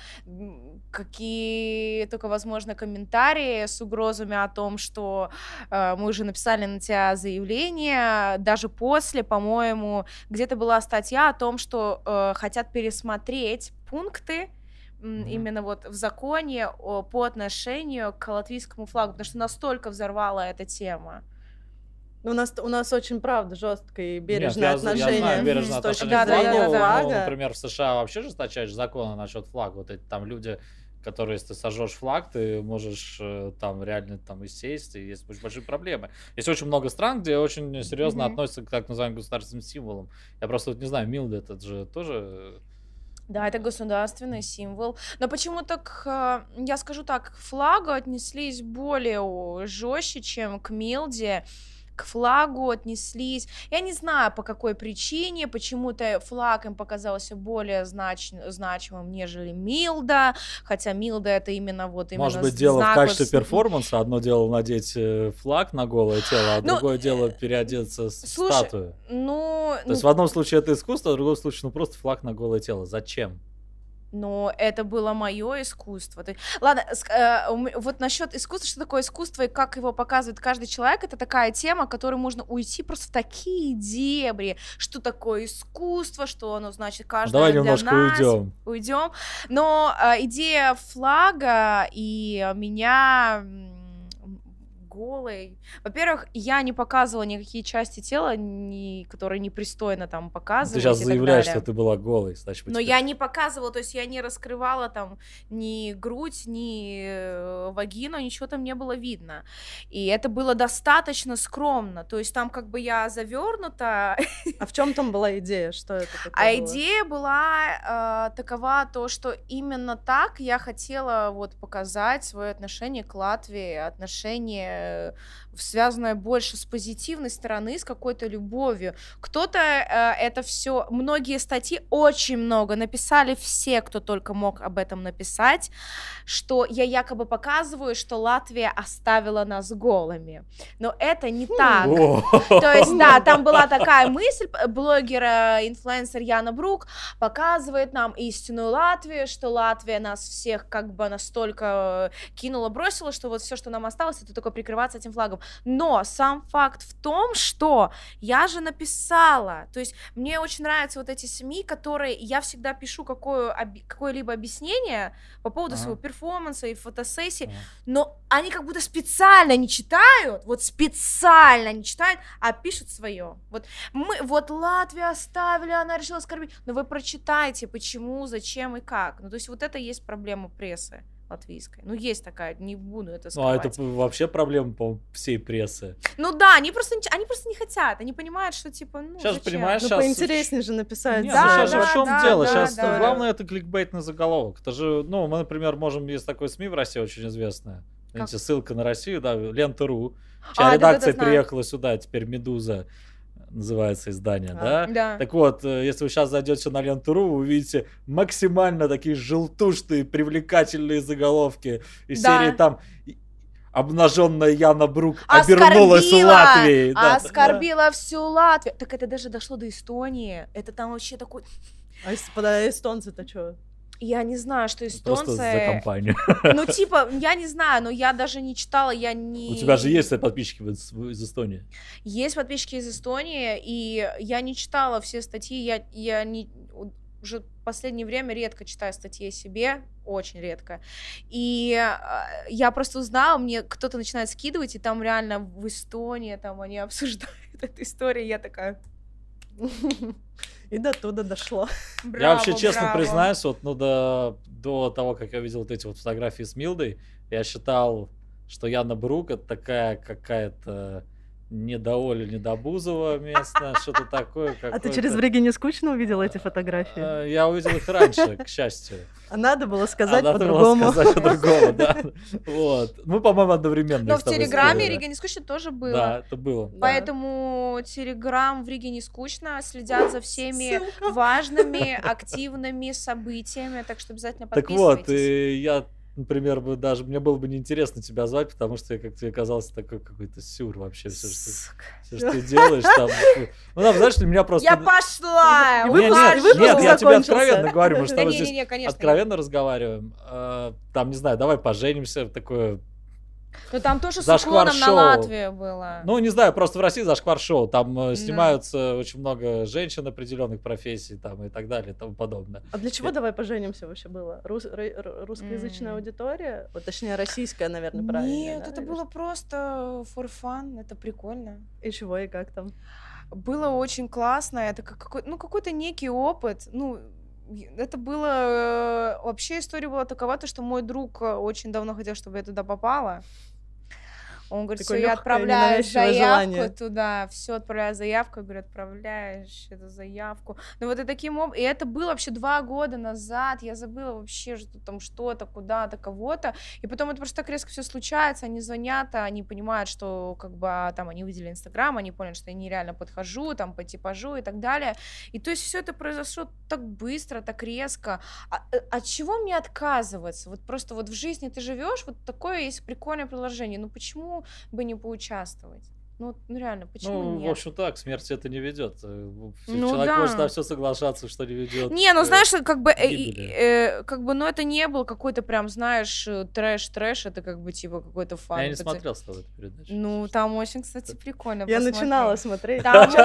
какие только, возможно, комментарии с угрозами о том, что мы уже написали на тебя заявление. Даже после, по-моему, где-то была статья о том, что хотят пересмотреть пункты именно вот в законе по отношению к латвийскому флагу, потому что настолько взорвала эта тема. У нас очень, правда, жесткое и бережное Нет, отношение. Я знаю, бережное с точки отношение к зрения флагу. да. Ну, флага. например, в США вообще жесточайшие законы насчет флага. Вот эти там люди, которые, если ты сожжешь флаг, ты можешь там реально там и сесть, и есть очень большие проблемы. Есть очень много стран, где очень серьезно относятся к так называемым государственным символам. Я просто вот не знаю, Милда, это же тоже... Да, это государственный символ. Но почему-то, я скажу так, к флагу отнеслись более жестче, чем к Милде. К флагу отнеслись. Я не знаю, по какой причине. Почему-то флаг им показался более значимым, нежели Милда. Хотя Милда это именно вот именно Может быть, дело в знак качестве вот перформанса. Одно дело надеть флаг на голое тело, а Ну, другое дело переодеться в слушай, статую. Ну, То есть в одном случае это искусство, а в другом случае ну просто флаг на голое тело. Зачем? но это было мое искусство. Ладно, вот насчет искусства, что такое искусство и как его показывает каждый человек, это такая тема, к которой можно уйти просто в такие дебри. Что такое искусство, что оно значит каждое Давай для немножко нас. уйдем. Но идея флага и меня голой. Во-первых, я не показывала никакие части тела, которые непристойно там показывать. Ты сейчас заявляешь, что ты была голой, значит. Но я не показывала, то есть я не раскрывала там ни грудь, ни вагину, ничего там не было видно. И это было достаточно скромно. То есть там как бы я завернута. А в чем там была идея? Что это такое? А идея была такова, то, что именно так я хотела вот показать свое отношение к Латвии, отношение, связанное больше с позитивной стороны, с какой-то любовью. Кто-то это все, многие статьи, очень много написали все, кто только мог об этом написать, что я якобы показываю, что Латвия оставила нас голыми. Но это не так. То есть, да, там была такая мысль, блогер-инфлюенсер Яна Брук показывает нам истинную Латвию, что Латвия нас всех как бы настолько кинула, бросила, что вот все, что нам осталось, это только прикрываться этим флагом. Но сам факт в том, что я же написала, то есть мне очень нравятся вот эти СМИ, которые я всегда пишу какое-либо объяснение по поводу своего перформанса и фотосессии, но они как будто специально не читают, вот специально не читают, а пишут свое. Вот Латвию оставили, она решила оскорбить, но вы прочитайте, почему, зачем и как. Ну, то есть вот это и есть проблема прессы латвийской. Ну, есть такая, не буду это скрывать. Ну, а это вообще проблема, по всей прессы. Ну да, они просто не хотят, они понимают, что типа, ну, сейчас, зачем? Понимаешь, ну, сейчас... поинтереснее же написать. Нет, да, сейчас же в чем дело? Сейчас главное да. это кликбейтный заголовок. Это же, ну, мы, например, можем, есть такое СМИ в России очень известное. Видите, ссылка на Россию, да, Лента.ру, чья редакция переехала сюда, теперь «Медуза» называется издание, да? Так вот, если вы сейчас зайдете на Ленту.ру, вы увидите максимально такие желтушные, привлекательные заголовки из серии там «Обнаженная Яна Брук обернулась Латвией». Оскорбила всю Латвию. Так это даже дошло до Эстонии. Это там вообще такой... А эстонцы-то что? Я не знаю, что эстонцы... Просто за компанию. Ну, типа, я не знаю, но я даже не читала, я не... У тебя же есть подписчики из Эстонии? Есть подписчики из Эстонии, и я не читала все статьи, я не... Уже в последнее время редко читаю статьи о себе, очень редко. И я просто узнала, мне кто-то начинает скидывать, и там реально в Эстонии, там они обсуждают эту историю, и я такая... И до туда дошло. Браво, я вообще честно признаюсь, вот, ну, до того, как я видел вот эти вот фотографии с Милдой, я считал, что Яна Брук это такая какая-то недооля Недобузова местная, что-то такое. А ты через «Вриге не скучно» увидел эти фотографии? Я увидел их раньше, к счастью. А надо было сказать по-другому. Надо было сказать по-другому, да. Вот. Мы, по-моему, одновременно. Но в Телеграме «Рига не скучно» тоже было. Да, это было. Поэтому Телеграм в «Риге не скучно» следят за всеми важными, активными событиями, так что обязательно подписывайтесь. Так вот, я... Например, мне было бы неинтересно тебя звать, потому что я, как тебе казался, такой какой-то сюр вообще. Все, что ты делаешь там. Ну, там, знаешь, для меня просто... Я пошла! Нет, я тебе откровенно говорю, мы с тобой здесь конечно. откровенно разговариваем. Там, не знаю, давай поженимся, такое... Ну там тоже с уклоном на Латвию было. Ну, не знаю, просто в России зашквар-шоу. Там снимаются очень много женщин определенных профессий там, и так далее и тому подобное. А для чего «Давай поженимся» вообще было? Русскоязычная аудитория? Вот, точнее, российская, наверное, правильно. Нет, это было просто for fun, это прикольно. И чего, и как там? Было очень классно, это какой-то некий опыт, это было... Вообще история была такова, что мой друг очень давно хотел, чтобы я туда попала. Он говорит, все, я отправляю заявку туда, все, отправляю заявку, я говорю, отправляешь эту заявку. Ну вот и таким образом, и это было вообще 2 года назад, я забыла вообще, что там что-то, куда-то, кого-то, и потом это просто так резко все случается, они звонят, они понимают, что как бы там они увидели Инстаграм, они поняли, что я нереально подхожу, там по типажу и так далее, и то есть все это произошло так быстро, так резко. От чего мне отказываться? Вот просто вот в жизни ты живешь, вот такое есть прикольное приложение, ну почему бы не поучаствовать? Ну реально, почему нет? В общем так, к смерти это не ведет. Человек может на все соглашаться, что не ведет. Не, знаешь, как бы, это не был какой-то прям, знаешь, трэш, это как бы типа какой-то фан. Я не смотрел с тобой эту передачу. Ну, там очень, кстати, прикольно. Я начинала смотреть.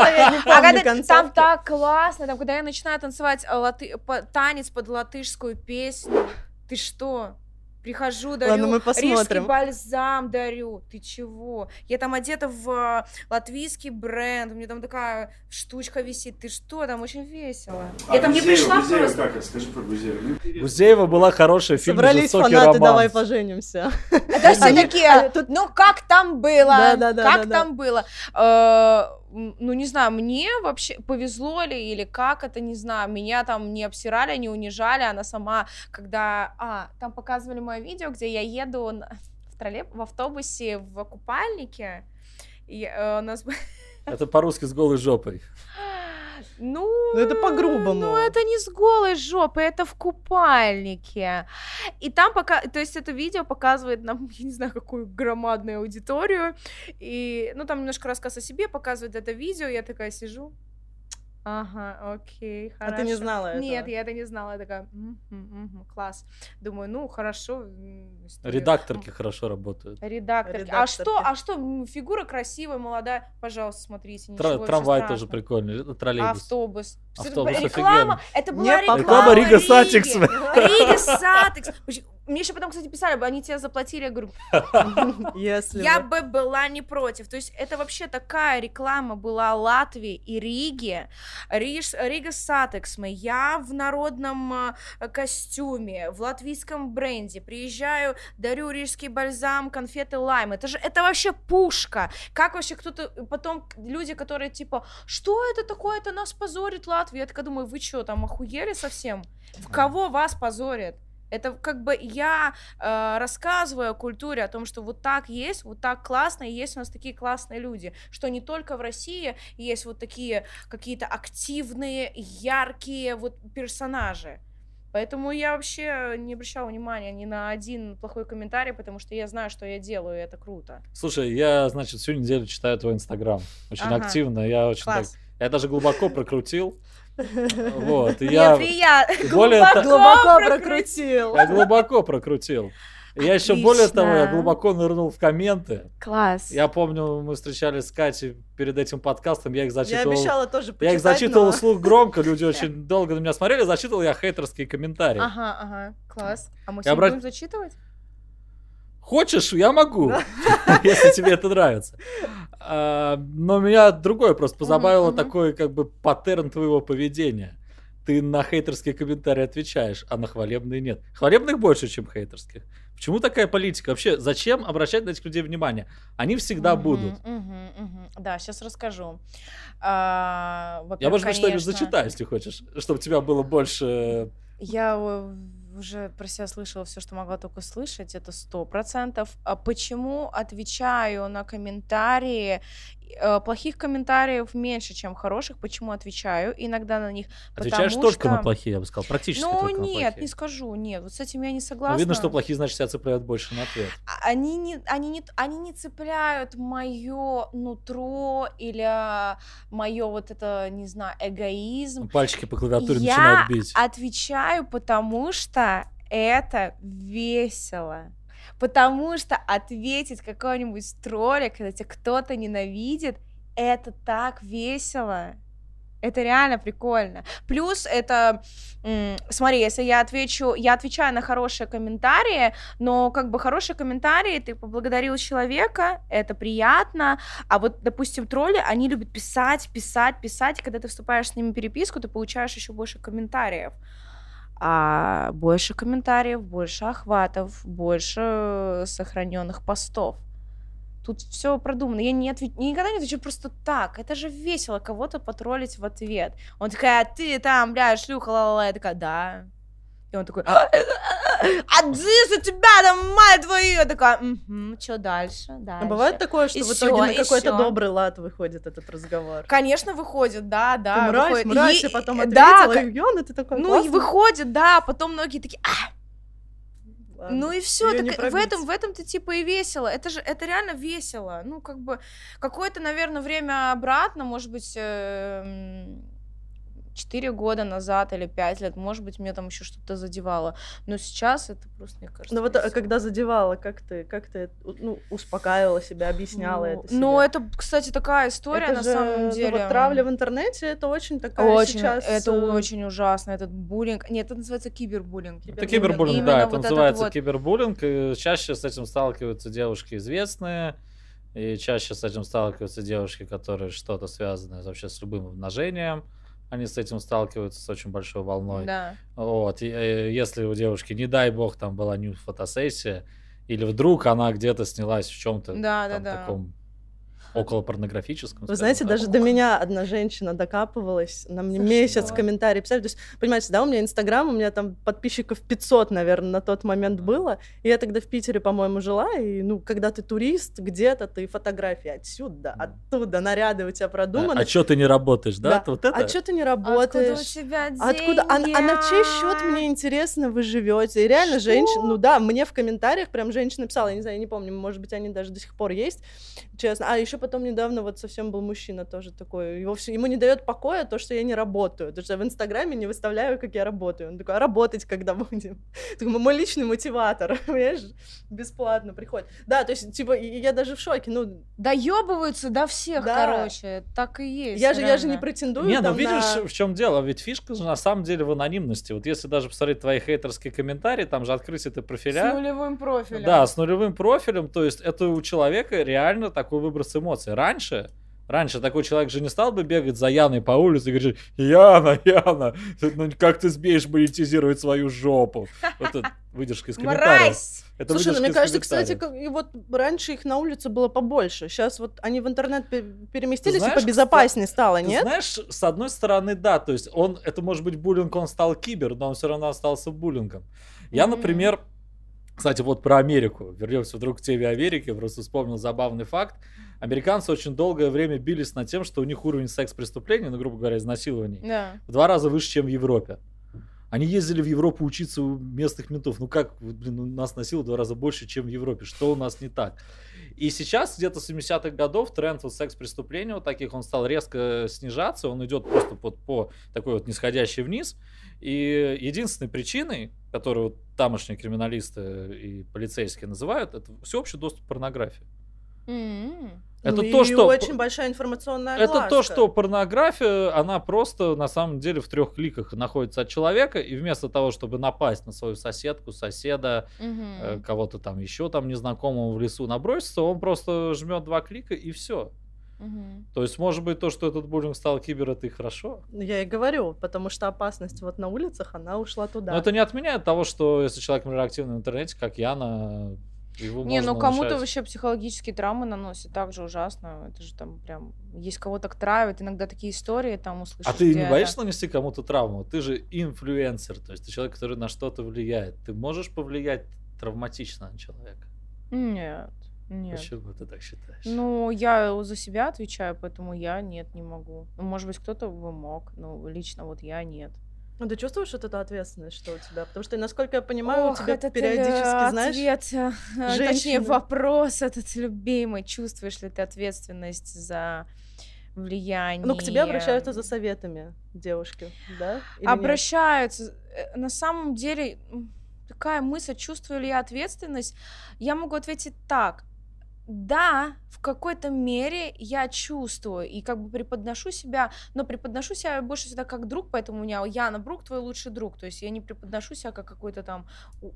Там так классно, там, когда я начинаю танцевать танец под латышскую песню, ты что? Прихожу, дарю. Ладно, мы посмотрим. Рижский бальзам дарю. Ты чего? Я там одета в латвийский бренд. У меня там такая штучка висит. Ты что? Там очень весело. Я там не пришла просто. Как? Скажи про Гузеева. Гузеева была хорошая, фильм «Собрались «Жестокий фанаты, романс». давай поженимся. Это все такие, ну как там было? Как там было? Ну, не знаю, мне вообще повезло ли или как это, не знаю. Меня там не обсирали, не унижали. Она сама, когда... там показывали мое видео, где я еду в автобусе в купальнике. И у нас... Это по-русски с голой жопой. Ну, это по-грубому. Ну, это не с голой жопой, это в купальнике. И там пока... То есть это видео показывает нам, я не знаю, какую громадную аудиторию. И, ну, там немножко рассказ о себе показывает это видео. Я такая сижу. Ага, окей, хорошо. А ты не знала этого? Нет, я это не знала. Я такая, класс. Думаю, ну, хорошо. Редакторки хорошо работают. Редакторки. А что, фигура красивая, молодая. Пожалуйста, смотрите. Ничего Трамвай тоже прикольный, троллейбус. Автобус. Автобус Реклама. офигенный. Это была реклама Рига Сатикс. Рига Сатикс. Мне еще потом, кстати, писали, бы они тебе заплатили, я говорю, я бы была не против. То есть это вообще такая реклама была Латвии и Риги. Рига Сатикс. Я в народном костюме, в латвийском бренде. Приезжаю, дарю рижский бальзам, конфеты лайм. Это вообще пушка. Как вообще кто-то... Потом люди, которые типа, что это такое? Это нас позорит Латвия. Я такая думаю, вы что, там охуели совсем? В кого вас позорят? Это как бы я рассказываю о культуре, о том, что вот так есть, вот так классно, и есть у нас такие классные люди, что не только в России есть вот такие какие-то активные, яркие вот персонажи. Поэтому я вообще не обращала внимания ни на один плохой комментарий, потому что я знаю, что я делаю, и это круто. Слушай, я, значит, всю неделю читаю твой Инстаграм. Очень активно, я очень так... Я даже глубоко прокрутил. Вот, и я глубоко прокрутил. Я глубоко прокрутил. Я еще более того, я глубоко нырнул в комменты. Класс. Я помню, мы встречались с Катей перед этим подкастом, я их зачитывал. Я обещала тоже почитать, я их зачитывал вслух громко, люди очень долго на меня смотрели, зачитывал я хейтерские комментарии. Ага, класс. А мы сегодня будем зачитывать? Хочешь, я могу, если тебе это нравится. Но меня другое просто позабавило, такой как бы паттерн твоего поведения. Ты на хейтерские комментарии отвечаешь, а на хвалебные нет. Хвалебных больше, чем хейтерских. Почему такая политика? Вообще, зачем обращать на этих людей внимание? Они всегда будут. Да, сейчас расскажу. Я, может быть, что-нибудь зачитаю, если хочешь, чтобы у тебя было больше... Я уже про себя слышала все, что могла только слышать, это 100%. А почему отвечаю на комментарии? Плохих комментариев меньше, чем хороших. Почему отвечаю иногда на них? Отвечаешь только на плохие, я бы сказал, практически только на плохие. Ну нет, не скажу, нет, вот с этим я не согласна. Но видно, что плохие, значит, себя цепляют больше на ответ. Они не цепляют мое нутро или мое вот это, не знаю, эгоизм. Пальчики по клавиатуре начинают бить. Я отвечаю, потому что это весело. Потому что ответить какой-нибудь троллик, когда тебя кто-то ненавидит, это так весело. Это реально прикольно. Плюс это, смотри, если я отвечаю на хорошие комментарии, но как бы хорошие комментарии, ты поблагодарил человека, это приятно, а вот, допустим, тролли, они любят писать, и когда ты вступаешь с ними в переписку, ты получаешь еще больше комментариев. А больше комментариев, больше охватов, больше сохраненных постов. Тут все продумано. Я никогда не отвечаю просто так. Это же весело кого-то потроллить в ответ. Он такая, а ты там, бля, шлюха, ла-ла-ла. Я такая, да. И он такой, а здесь у тебя там, мать твою. Я такая, что дальше? А бывает такое, что в итоге на какой-то добрый лад выходит этот разговор? Конечно, выходит, да. Ты мразь, и потом ответила, и ты такой, ну, и выходит, да, потом многие такие, ну и все, в этом-то типа и весело. Это реально весело. Ну, как бы, какое-то, наверное, время обратно, может быть, 4 года назад или 5 лет, может быть, мне там еще что-то задевало. Но сейчас это просто, мне кажется, Ну вот когда задевало, как ты успокаивала себя, объясняла это себе? Ну, это, кстати, такая история это на же, самом деле. Вот травля в интернете, это очень такая очень, сейчас... Это очень ужасно, этот буллинг. Нет, это называется кибербуллинг. Это кибербуллинг, да, это называется кибербуллинг. И чаще с этим сталкиваются девушки известные, и чаще с этим сталкиваются девушки, которые что-то связано вообще с любым умножением. Они с этим сталкиваются с очень большой волной. Да. Вот. И, если у девушки, не дай бог, там была нюд-фотосессия, или вдруг она где-то снялась в чем-то таком около порнографическом. Вы знаете, даже до меня одна женщина докапывалась, она мне месяц комментарии писали. То есть, понимаете, да, у меня Инстаграм, у меня там подписчиков 500, наверное, на тот момент было. И я тогда в Питере, по-моему, жила, и, когда ты турист, где-то ты фотографии отсюда, оттуда, наряды у тебя продуманы. А что ты не работаешь, да? Вот это? А что ты не работаешь? Откуда у тебя деньги? Откуда? А на чей счет, мне интересно, вы живете? И реально женщина, мне в комментариях прям женщина писала, я не знаю, я не помню, может быть, они даже до сих пор есть, честно. А еще потом недавно вот совсем был мужчина тоже такой, ему не дает покоя то, что я не работаю, потому что я в Инстаграме не выставляю, как я работаю. Он такой, а работать когда будем? Такой, мой личный мотиватор, понимаешь, бесплатно приходит. Да, то есть, типа, я даже в шоке, доебываются до всех, короче, так и есть. Я же не претендую. Не, видишь, в чем дело, ведь фишка же на самом деле в анонимности. Вот если даже посмотреть твои хейтерские комментарии, там же открыть это профиля. С нулевым профилем. Да, с нулевым профилем, то есть это у человека реально такой выброс эмоций. Раньше такой человек же не стал бы бегать за Яной по улице и говорить: Яна, как ты смеешь монетизировать свою жопу? Вот это выдержка из комментариев. Слушай, мне кажется, кстати, и вот раньше их на улице было побольше. Сейчас вот они в интернет переместились, и побезопаснее стало, нет? Ты знаешь, с одной стороны, да, то есть это может быть буллинг, он стал кибер, но он все равно остался буллингом. Я, например, кстати, вот про Америку. Вернемся вдруг к теме Америки. Просто вспомнил забавный факт. Американцы очень долгое время бились над тем, что у них уровень секс-преступлений, грубо говоря, изнасилований, в 2 раза выше, чем в Европе. Они ездили в Европу учиться у местных ментов. У нас насилуют в 2 раза больше, чем в Европе. Что у нас не так? И сейчас, где-то с 70-х годов, тренд секс-преступлений таких, он стал резко снижаться. Он идет просто по такой вот нисходящей вниз. И единственной причиной, которую тамошние криминалисты и полицейские называют, это всеобщий доступ к порнографии. Это то, что очень большая информационная огласка. Это то, что порнография, она просто на самом деле в 3 кликах находится от человека, и вместо того, чтобы напасть на свою соседку, соседа, кого-то там еще там незнакомого в лесу наброситься, он просто жмет 2 клика и все. То есть, может быть, то, что этот буллинг стал кибер, это и хорошо. Я и говорю, потому что опасность вот на улицах, она ушла туда. Но это не отменяет того, что если человек, например, активный в интернете, как Яна, его можно кому-то вообще психологические травмы наносят так же ужасно. Это же там прям, есть кого так травят, иногда такие истории там услышишь. А ты не боишься нанести кому-то травму? Ты же инфлюенсер, то есть ты человек, который на что-то влияет. Ты можешь повлиять травматично на человека? Нет. Почему ты так считаешь? Я за себя отвечаю, поэтому я не могу. Может быть, кто-то бы мог, но лично вот я нет. Ты чувствуешь вот эту ответственность, что у тебя? Потому что, насколько я понимаю, у тебя периодически, знаешь, точнее, вопрос этот любимый. Чувствуешь ли ты ответственность за влияние? К тебе обращаются за советами девушки, да? Или обращаются. Нет? На самом деле, такая мысль, чувствую ли я ответственность, я могу ответить так. Да, в какой-то мере я чувствую и преподношу себя, но преподношу себя больше всегда как друг, поэтому у меня Яна Брук твой лучший друг, то есть я не преподношу себя как какой-то там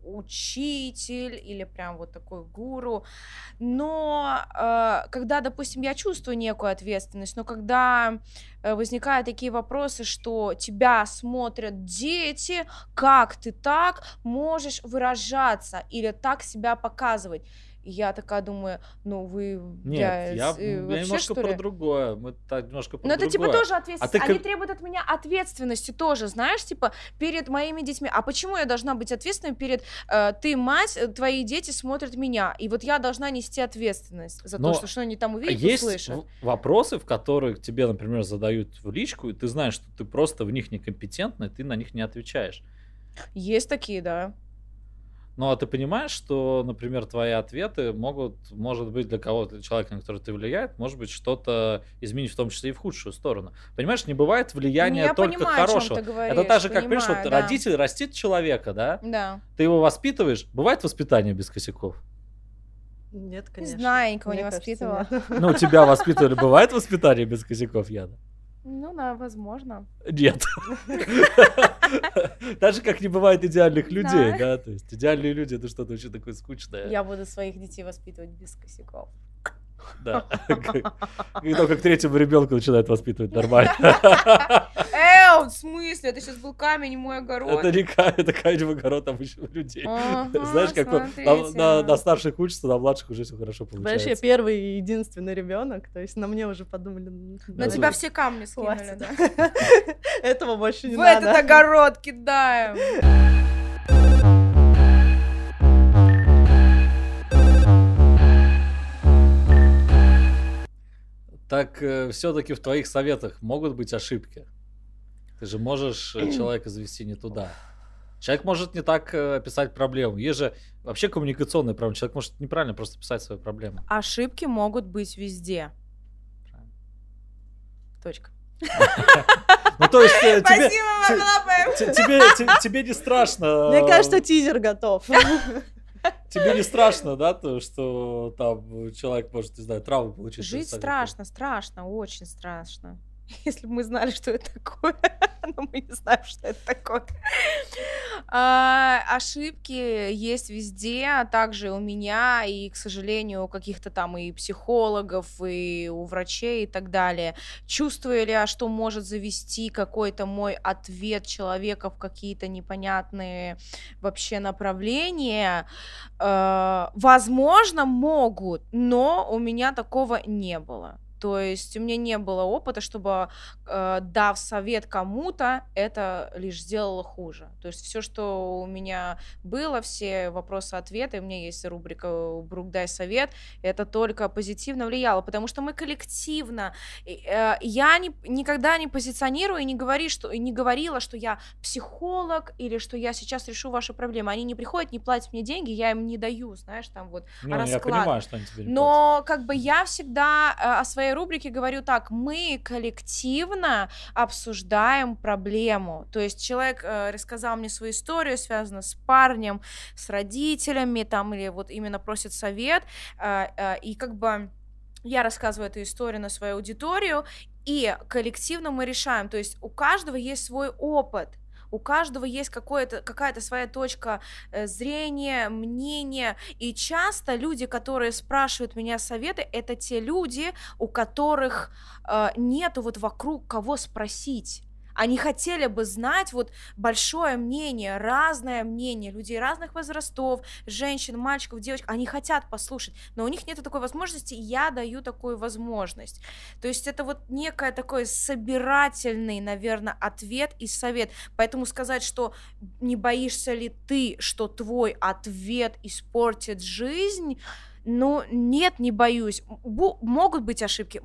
учитель или прям вот такой гуру, но когда, допустим, я чувствую некую ответственность, но когда возникают такие вопросы, что тебя смотрят дети, как ты так можешь выражаться или так себя показывать? И я такая думаю, вы... Нет, я немножко про другое. Мы так немножко про другое. Но это тоже ответственность. Они требуют от меня ответственности тоже, знаешь, перед моими детьми. А почему я должна быть ответственной перед... ты мать, твои дети смотрят меня. И вот я должна нести ответственность за то, что они там увидят, услышат. Есть вопросы, в которых тебе, например, задают в личку, и ты знаешь, что ты просто в них некомпетентна, и ты на них не отвечаешь. Есть такие, да. Ну, а ты понимаешь, что, например, твои ответы может быть для кого-то, для человека, на который ты влияет, может быть, что-то изменить, в том числе и в худшую сторону. Понимаешь, не бывает влияния только хорошего. Это так же, как, понимаешь, вот родитель растит человека, да? Да. Ты его воспитываешь. Бывает воспитание без косяков? Нет, конечно. Не знаю, никого не воспитывала. Ну, тебя воспитывали. Бывает воспитание без косяков, Яна? Ну, да, возможно. Нет. Даже как не бывает идеальных людей, да? То есть идеальные люди — это что-то очень такое скучное. Я буду своих детей воспитывать без косяков. Да. И только к третьему ребенку начинает воспитывать нормально. В смысле? Это сейчас был камень в мой огород. Это не камень, это камень в огород обычных людей. Знаешь, как на старших учатся, на младших уже все хорошо получается. Знаешь, я первый и единственный ребенок, то есть на мне уже подумали. На тебя все камни скинули, да? Этого больше не надо. В этот огород кидаем. Так все-таки в твоих советах могут быть ошибки? Ты же можешь человека завести не туда. Человек может не так описать проблему. Есть же вообще коммуникационная проблема. Человек может неправильно просто писать свою проблему. Ошибки могут быть везде. Точка. Ну, то есть тебе не страшно. Мне кажется, тизер готов. Тебе не страшно, да, то, что там человек может, не знаю, травму получить? Жить страшно, очень страшно. Если бы мы знали, что это такое, но мы не знаем, что это такое. Ошибки есть везде, а также у меня, и, к сожалению, у каких-то там и психологов, и у врачей и так далее. Чувствую ли я, что может завести какой-то мой ответ человека в какие-то непонятные вообще направления? Возможно, могут, но у меня такого не было. То есть у меня не было опыта, чтобы, дав совет кому-то, это лишь сделало хуже. То есть все, что у меня было, все вопросы-ответы, у меня есть рубрика «Брук, дай совет», это только позитивно влияло, потому что мы коллективно. Я никогда не позиционирую и не говорила, что я психолог или что я сейчас решу ваши проблемы. Они не приходят, не платят мне деньги, я им не даю, знаешь, там вот расклад. Я понимаю, что они тебе не платят. Но как бы я всегда о своей рубрике говорю так: мы коллективно обсуждаем проблему. То есть человек рассказал мне свою историю, связанную с парнем, с родителями, там, или вот именно просит совет, и как бы я рассказываю эту историю на свою аудиторию, и коллективно мы решаем. То есть у каждого есть свой опыт. У каждого есть какая-то своя точка зрения, мнения. И часто люди, которые спрашивают меня советы, это те люди, у которых нету вот вокруг кого спросить. Они хотели бы знать вот большое мнение, разное мнение людей разных возрастов, женщин, мальчиков, девочек. Они хотят послушать, но у них нет такой возможности, и я даю такую возможность. То есть это вот некое такой собирательный, наверное, ответ и совет. Поэтому сказать, что не боишься ли ты, что твой ответ испортит жизнь... Ну, нет, не боюсь. Могут быть ошибки,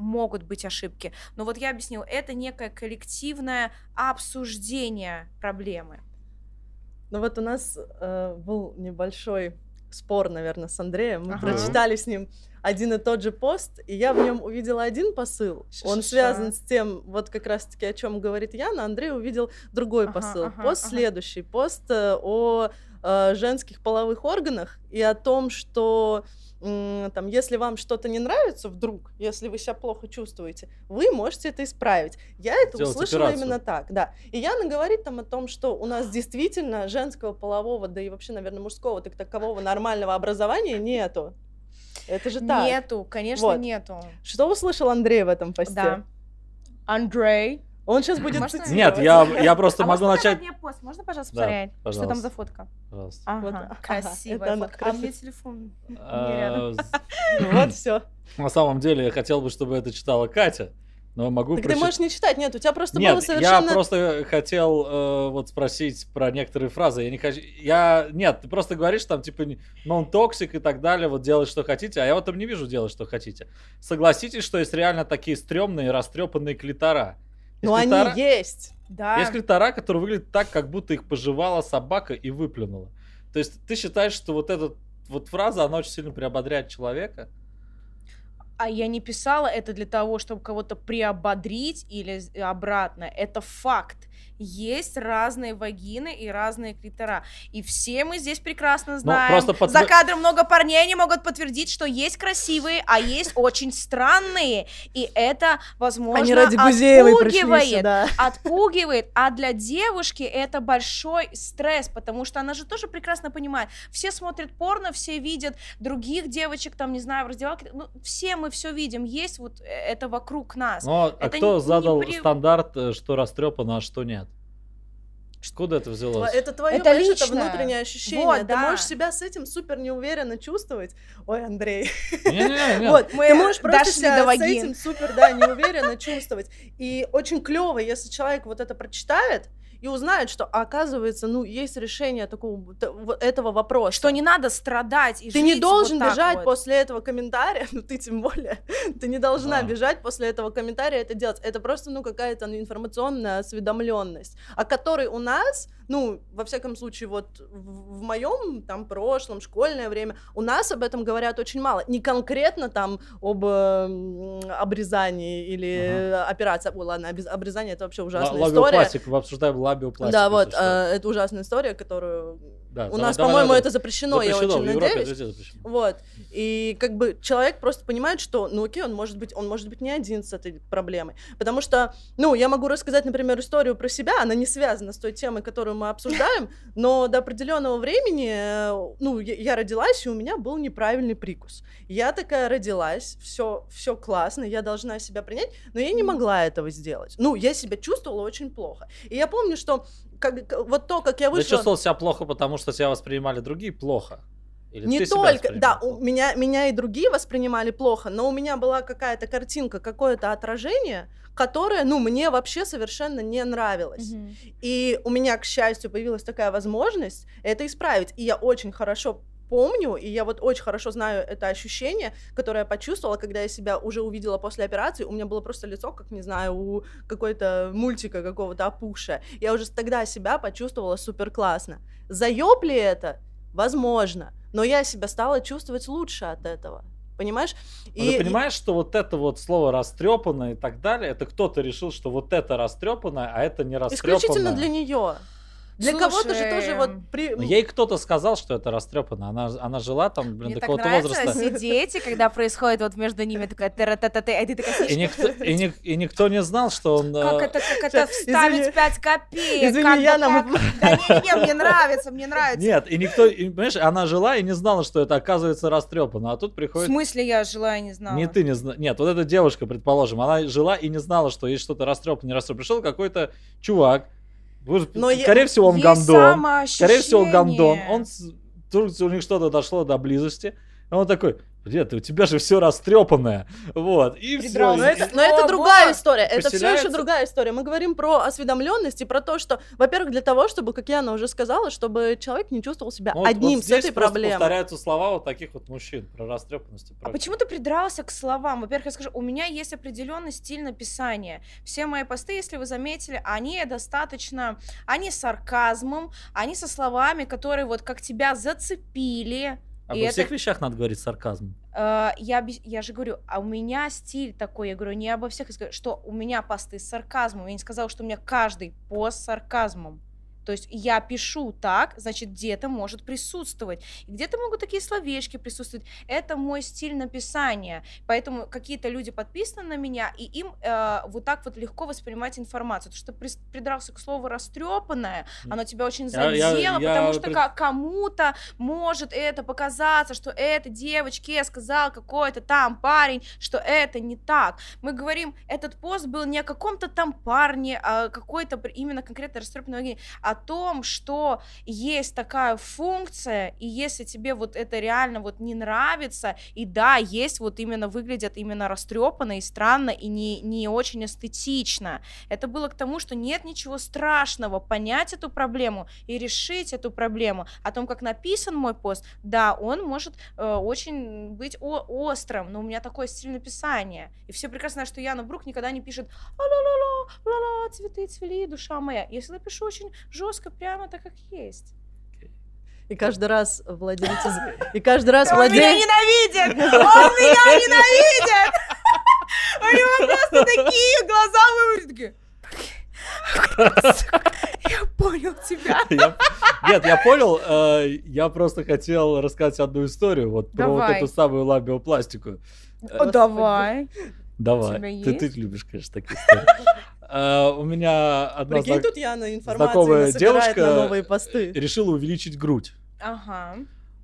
но вот я объяснила, это некое коллективное обсуждение проблемы. Ну вот у нас был небольшой спор, наверное, с Андреем. Мы прочитали с ним один и тот же пост, и я в нем увидела один посыл. Он связан с тем, вот как раз-таки о чем говорит Яна, Андрей увидел другой посыл. Следующий пост о женских половых органах и о том, что там, если вам что-то не нравится вдруг, если вы себя плохо чувствуете, вы можете это исправить. Я это услышала именно так, да. И Яна говорит там о том, что у нас действительно женского полового, да и вообще, наверное, мужского так такового нормального образования нету. Это же так. Нету, конечно, нету. Что услышал Андрей в этом посте? Да. Андрей. Он сейчас будет цитировать. Нет, я просто могу начать... Мне пост? Можно, пожалуйста, посмотреть? Пожалуйста. Что там за фотка? Пожалуйста. Ага, красивая фотка. А мне телефон не рядом. Вот все. На самом деле, я хотел бы, чтобы это читала Катя, но могу Так ты можешь не читать, нет, у тебя просто было совершенно... я просто хотел вот спросить про некоторые фразы. Я не хочу... Нет, ты просто говоришь там, типа, non-toxic и так далее, вот делать, что хотите, а я вот там не вижу делать, что хотите. Согласитесь, что есть реально такие стрёмные, растрепанные клитора? Но они есть. Да. Есть клитора, которые выглядят так, как будто их пожевала собака и выплюнула. То есть ты считаешь, что вот эта вот фраза, она очень сильно приободряет человека? А я не писала это для того, чтобы кого-то приободрить или обратно. Это факт. Есть разные вагины и разные клитора. И все мы здесь прекрасно знаем. За кадром много парней, они могут подтвердить, что есть красивые, а есть очень странные. И это, возможно, отпугивает. А для девушки это большой стресс, потому что она же тоже прекрасно понимает. Все смотрят порно, все видят других девочек, там, не знаю, в раздевалке. Ну, все мы все видим. Есть вот это вокруг нас. Но, а кто задал стандарт, что растрепано, а что нет? Откуда это взялось? Это твое, это внутреннее ощущение. Вот, ты можешь себя с этим супер неуверенно чувствовать. Ой, Андрей. Вот, ты можешь просто себя с этим супер, неуверенно чувствовать. И очень клево, если человек вот это прочитает и узнает, что, оказывается, ну, есть решение такого, этого вопроса. Что не надо страдать и жить. Ты не должен бежать после этого комментария, ну, ты тем более, ты не должна бежать после этого комментария это делать. Это просто, ну, какая-то информационная осведомленность, о которой у нас, ну, во всяком случае, вот в моем, там, прошлом, школьное время, у нас об этом говорят очень мало. Не конкретно там об обрезании или операции. Ой, ладно, обрезание — это вообще ужасная история. Лабиопластику, мы обсуждаем лабиопластику. Да, вот, это ужасная история, которую... Да, у нас, по-моему, это запрещено, я очень надеюсь. Вот. И как бы человек просто понимает, что, ну окей, он может быть не один с этой проблемой. Потому что, ну, я могу рассказать, например, историю про себя, она не связана с той темой, которую мы обсуждаем, но до определенного времени, ну, я родилась, и у меня был неправильный прикус. Я такая родилась, все классно, я должна себя принять, но я не могла этого сделать. Ну, я себя чувствовала очень плохо. И я помню, что вот то, как я вышла... Ты чувствовал себя плохо, потому что тебя воспринимали другие плохо? Или не только, да, меня и другие воспринимали плохо, но у меня была какая-то картинка, какое-то отражение, которое, ну, мне вообще совершенно не нравилось. И у меня, к счастью, появилась такая возможность это исправить. И я очень хорошо помню, и я вот очень хорошо знаю это ощущение, которое я почувствовала, когда я себя уже увидела после операции. У меня было просто лицо, как, не знаю, у какой-то мультика какого-то опухшее. Я уже тогда себя почувствовала супер классно. Заёб ли это? Возможно. Но я себя стала чувствовать лучше от этого. Понимаешь? Ты понимаешь, что вот это вот слово растрепанное и так далее, это кто-то решил, что вот это растрепанное, а это не растрепанное. Исключительно для нее. Для кого-то же тоже вот... Ей кто-то сказал, что это растрепано. Она жила там, блин, до какого-то возраста. Мне так нравится сидеть, и когда происходит вот между ними такая тара-та-та-та, и ты такая сидишь... И никто не знал, что он... Как это вставить 5 копеек? Извини, я нам... Да не, мне нравится. Нет, и никто... Понимаешь, она жила и не знала, что это оказывается растрепано, а тут приходит... В смысле я жила и не знала? Не ты не знала. Нет, вот эта девушка, предположим, она жила и не знала, что есть что-то растрепано, не растрепано. Пришел какой-то чувак, скорее всего, он гондон. Скорее всего, гондон. У них что-то дошло до близости. И он такой: Нет, у тебя же все растрепанное. Вот. И все. Но это другая история. Это все еще другая история. Мы говорим про осведомленность и про то, что, во-первых, для того, чтобы, как Яна уже сказала, чтобы человек не чувствовал себя одним с этой проблемой. Повторяются слова вот таких вот мужчин про растрепанность. А почему ты придрался к словам? Во-первых, я скажу, у меня есть определенный стиль написания. Все мои посты, если вы заметили, они достаточно, они с сарказмом, они со словами, которые вот как тебя зацепили. Обо всех вещах надо говорить с сарказмом. Я же говорю, а у меня стиль такой, я говорю, не обо всех, что у меня посты с сарказмом. Я не сказала, что у меня каждый пост с сарказмом. То есть я пишу так, значит, где-то может присутствовать. И где-то могут такие словечки присутствовать. Это мой стиль написания. Поэтому какие-то люди подписаны на меня, и им вот так вот легко воспринимать информацию. То, что ты придрался к слову «растрепанное», оно тебя очень задело, потому что кому-то может это показаться, что это девочке сказал какой-то там парень, что это не так. Мы говорим, этот пост был не о каком-то там парне, а какой-то именно конкретно растрепанной, о том, что есть такая функция, и если тебе вот это реально вот не нравится, и да, есть вот именно выглядят именно растрепанно и странно, и не очень эстетично. Это было к тому, что нет ничего страшного понять эту проблему и решить эту проблему. О том, как написан мой пост, да, он может очень быть острым, но у меня такой стиль написания. И все прекрасно знают, что Яна Брук никогда не пишет «ла-ла-ла, цветы цвели, душа моя». Я всегда пишу очень жестко, прямо так, как есть. И каждый раз владельцы... Он меня ненавидит! Он меня ненавидит! У него просто такие глаза выводят. Я понял тебя. Нет, я понял. Я просто хотел рассказать одну историю вот про вот эту самую лабиопластику. Давай. Давай. Ты любишь, конечно, такие истории. У меня одна Прикинь, тут Яна информацию собирает на новые посты. Решила увеличить грудь. Ага.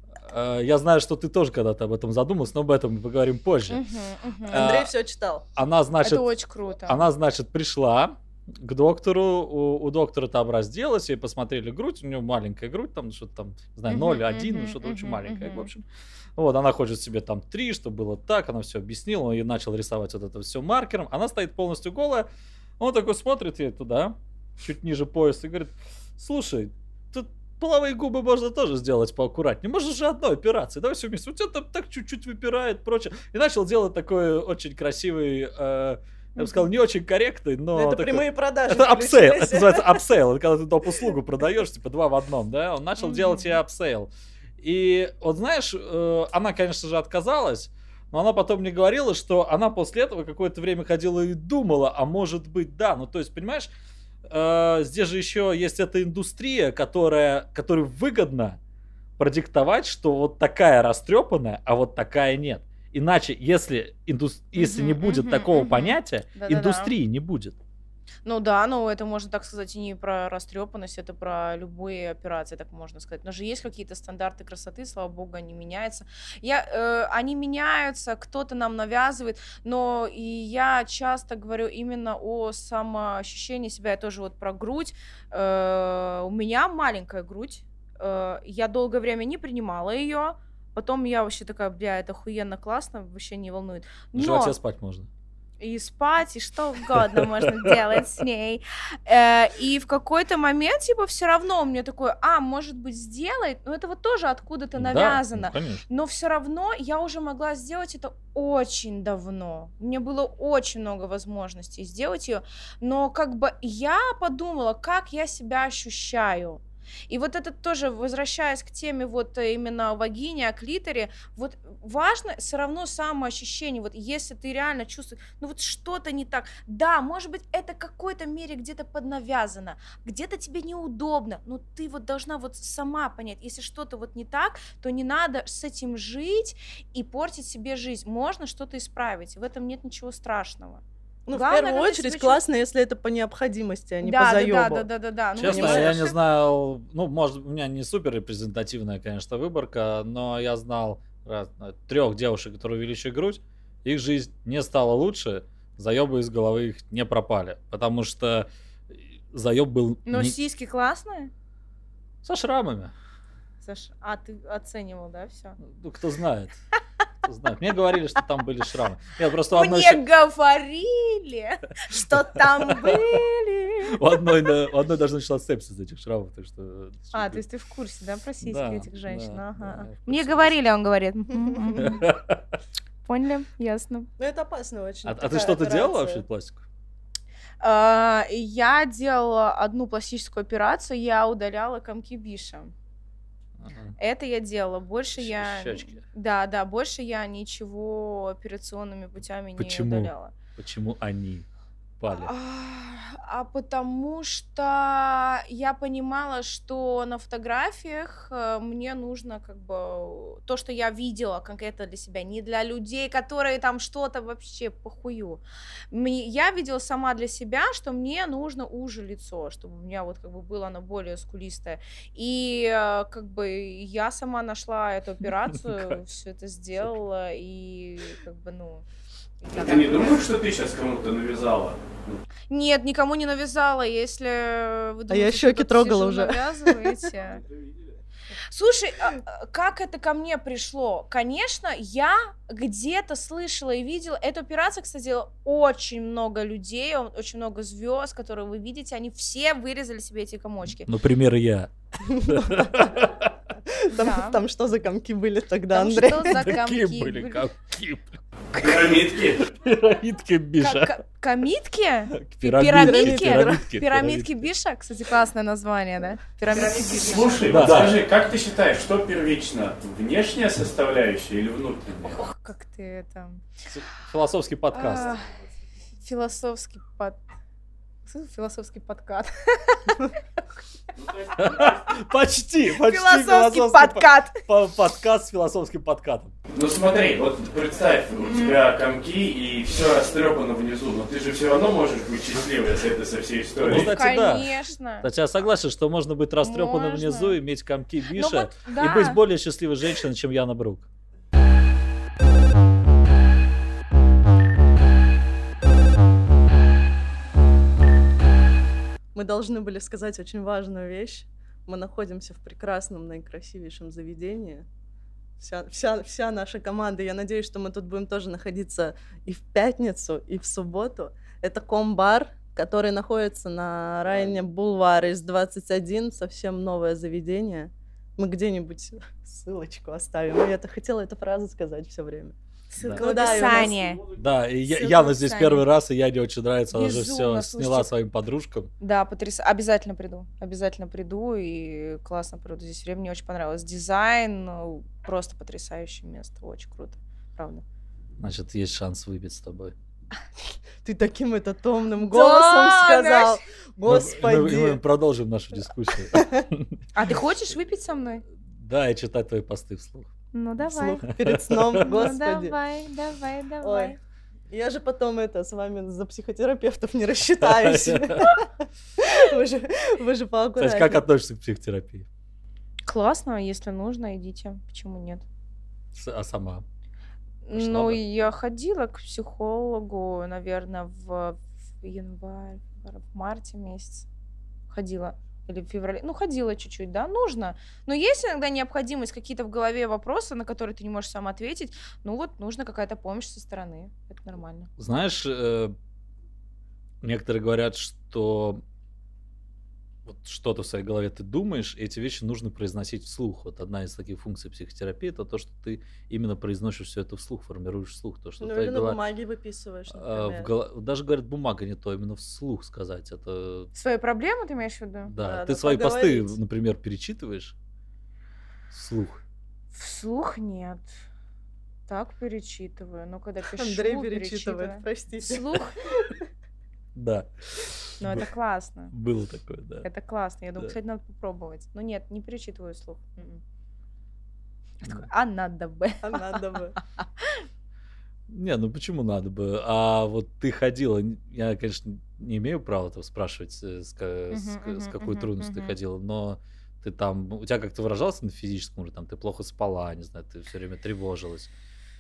Я знаю, что ты тоже когда-то об этом задумалась, но об этом мы поговорим позже. Андрей все читал. Она, значит, это очень круто. Она, значит, пришла к доктору, у доктора там разделась, ей посмотрели грудь, у нее маленькая грудь, там что-то там, не знаю, 0,1, что-то очень маленькое, в общем. Вот, она хочет себе там 3, чтобы было так, она все объяснила, он ей начал рисовать вот это все маркером, она стоит полностью голая, он такой смотрит ей туда, чуть ниже пояса, и говорит: слушай, тут половые губы можно тоже сделать поаккуратнее, можно же одной операции, давай все вместе, у тебя там так чуть-чуть выпирает, прочее. И начал делать такой очень красивый... я бы сказал, не очень корректный, но... Это такой... прямые продажи. Это апсейл, это называется апсейл. Это когда ты доп-услугу продаешь, типа 2 в 1, да? Он начал делать ей апсейл. И вот знаешь, она, конечно же, отказалась, но она потом мне говорила, что она после этого какое-то время ходила и думала, а может быть, да. Ну, то есть, понимаешь, здесь же еще есть эта индустрия, которой выгодно продиктовать, что вот такая растрепанная, а вот такая нет. Иначе, если не будет такого понятия, индустрии не будет. Ну да, но это можно так сказать и не про растрепанность, это про любые операции, так можно сказать. Но же есть какие-то стандарты красоты, слава богу, они меняются. Они меняются, кто-то нам навязывает, но и я часто говорю именно о самоощущении себя, я тоже вот про грудь. У меня маленькая грудь, я долгое время не принимала ее. Потом я вообще такая, бля, это охуенно классно, вообще не волнует. В животе спать можно. И спать, и что угодно можно делать с ней. И в какой-то момент, типа, все равно у меня такое, может быть, сделает, но это вот тоже откуда-то навязано. Да, но все равно я уже могла сделать это очень давно. Мне было очень много возможностей сделать ее, но как бы я подумала, как я себя ощущаю. И вот это тоже, возвращаясь к теме вот именно вагини, о клиторе, вот важно все равно самоощущение, вот если ты реально чувствуешь, ну вот что-то не так, да, может быть, это в какой-то мере где-то поднавязано, где-то тебе неудобно, но ты вот должна вот сама понять, если что-то вот не так, то не надо с этим жить и портить себе жизнь, можно что-то исправить, в этом нет ничего страшного. Ну, главное, в первую очередь, классно, если это по необходимости, а не по заёбу. Да. Честно, я не знаю, ну, может, у меня не супер репрезентативная, конечно, выборка, но я знал 3 девушек, которые увеличили грудь, их жизнь не стала лучше, заёбы из головы их не пропали, потому что заёб был... Но сиськи классные? Со шрамами. А ты оценивал, да, все? Ну, кто знает. Мне говорили, что там были шрамы. Мне говорили, что там были. У одной даже начала сепсис из этих шрамов. Так что... то есть ты в курсе, да, про сиськи этих женщин? Ага. Мне говорили, он говорит. Поняли? Ясно. Ну, это опасно очень. А ты что-то делала вообще пластику? Я делала одну пластическую операцию, я удаляла комки Биша. Это я делала. Больше я... Щечки. Да, больше я ничего операционными путями не удаляла. Почему они пали? Потому что я понимала, что на фотографиях мне нужно как бы то, что я видела конкретно для себя, не для людей, которые там что-то вообще похую. Я видела сама для себя, что мне нужно уже лицо, чтобы у меня вот как бы было оно более скулистое. И как бы я сама нашла эту операцию, все это сделала, и как бы, Ты не думаешь, что ты сейчас кому-то навязала? Нет, никому не навязала, если вы думаете, я щеки трогала уже. Навязываете. Слушай, как это ко мне пришло? Конечно, я где-то слышала и видела. Эту операцию, кстати, делала очень много людей, очень много звезд, которые вы видите, они все вырезали себе эти комочки. Например, я. Там что за комки были тогда, Там Андрей? что за Какие комки были комки? Пирамидки. Пирамидки Биша. Комитки? Пирамидки. Пирамидки Биша? Кстати, классное название, да? Пирамидки Биша. Слушай, Да. вот скажи, как ты считаешь, что первично? Внешняя составляющая или внутренняя? Ох, как ты это... Философский подкаст. Философский подкат. Почти. Философский подкат. Подкаст с философским подкатом. Ну смотри, вот представь, у тебя комки и все растрепано внизу, но ты же все равно можешь быть счастливой со всей историей. Ну, кстати, да. Конечно. Кстати, я согласен, что можно быть растрепанным Можно. внизу, иметь комки Биша вот, да. и быть более счастливой женщиной, чем Яна Брук. Мы должны были сказать очень важную вещь. Мы находимся в прекрасном, наикрасивейшем заведении. Вся наша команда. Я надеюсь, что мы тут будем тоже находиться и в пятницу, и в субботу. Это Комбар, который находится на районе Бульвара из 21. Совсем новое заведение. Мы где-нибудь ссылочку оставим. Я хотела эту фразу сказать все время. Ссылка Ну в да, и у нас- описании. Да, и Ссылка в Яна здесь описании. первый раз, и Яне очень нравится, она же все Безумно, сняла слушайте. своим подружкам. Да, потрясающе. Обязательно приду, и классно проведу здесь время. Мне очень понравилось. Дизайн, ну, просто потрясающее место, очень круто, правда. Значит, есть шанс выпить с тобой. Ты таким это томным голосом сказал. Мы Господи. продолжим нашу дискуссию. А ты хочешь выпить со мной? Да, и читать твои посты вслух. Ну, давай. Вслух перед сном, Ну, господи. давай. Ой, я же потом с вами за психотерапевтов не рассчитаюсь. Вы же поаккуратнее. Кстати, как относишься к психотерапии? Классно, если нужно, идите. Почему нет? А сама? Ну, бы? я ходила к психологу, наверное, в январе, в марте месяце. Ходила. Или в феврале. Ну, ходила чуть-чуть, да, нужно. Но есть иногда необходимость, какие-то в голове вопросы, на которые ты не можешь сам ответить. Ну, вот нужна какая-то помощь со стороны. Это нормально. Знаешь, некоторые говорят, что вот что-то в своей голове ты думаешь, и эти вещи нужно произносить вслух. Вот одна из таких функций психотерапии — это то, что ты именно произносишь все это вслух, формируешь вслух. То, что Ну, твоя или на голова- бумаге выписываешь, например. Даже, говорят, бумага не то, именно вслух сказать. Это... Свои проблемы ты имеешь в виду? Да, Да, ты ну, свои посты, поговорить. например, перечитываешь вслух. Вслух нет. Так перечитываю. Но когда пишу, Андрей перечитываю. перечитывает, простите. Вслух? Да. Ну, это классно. Было такое, да. Это классно. Я думаю, Да. кстати, надо попробовать. Но нет, не перечитываю вслух. М-м. Я Да. такой, а надо бы. А надо бы. Не, ну почему надо бы? А вот ты ходила, я, конечно, не имею права этого спрашивать, с какой трудностью ты ходила, но ты там, у тебя как-то выражался на физическом уровне, там ты плохо спала, не знаю, ты все время тревожилась.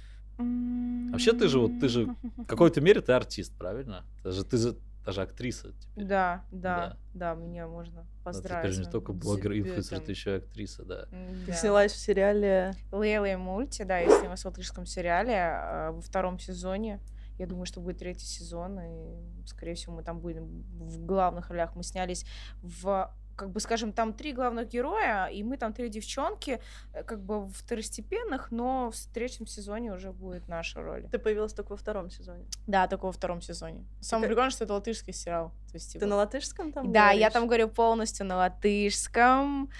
Вообще ты же в какой-то мере ты артист, правильно? Ты даже актриса теперь. Да, меня можно Да, поздравить. теперь не только блогер, инфлюенсер, ты еще и актриса, да. Ты снялась в сериале Лейла и Мульти, да, я снялась в латышском сериале во 2 сезоне. Я думаю, что будет 3 сезон, и, скорее всего, мы там будем в главных ролях. Мы снялись как бы, скажем, там 3 главных героя, и мы там 3 девчонки, как бы второстепенных, но в 3 сезоне уже будет наша роль. ты появилась только во 2 сезоне. Да, только во 2 сезоне. Самое прикольное, что это латышский сериал. То есть, Ты типа, на латышском там да, я говоришь? там говорю полностью на латышском,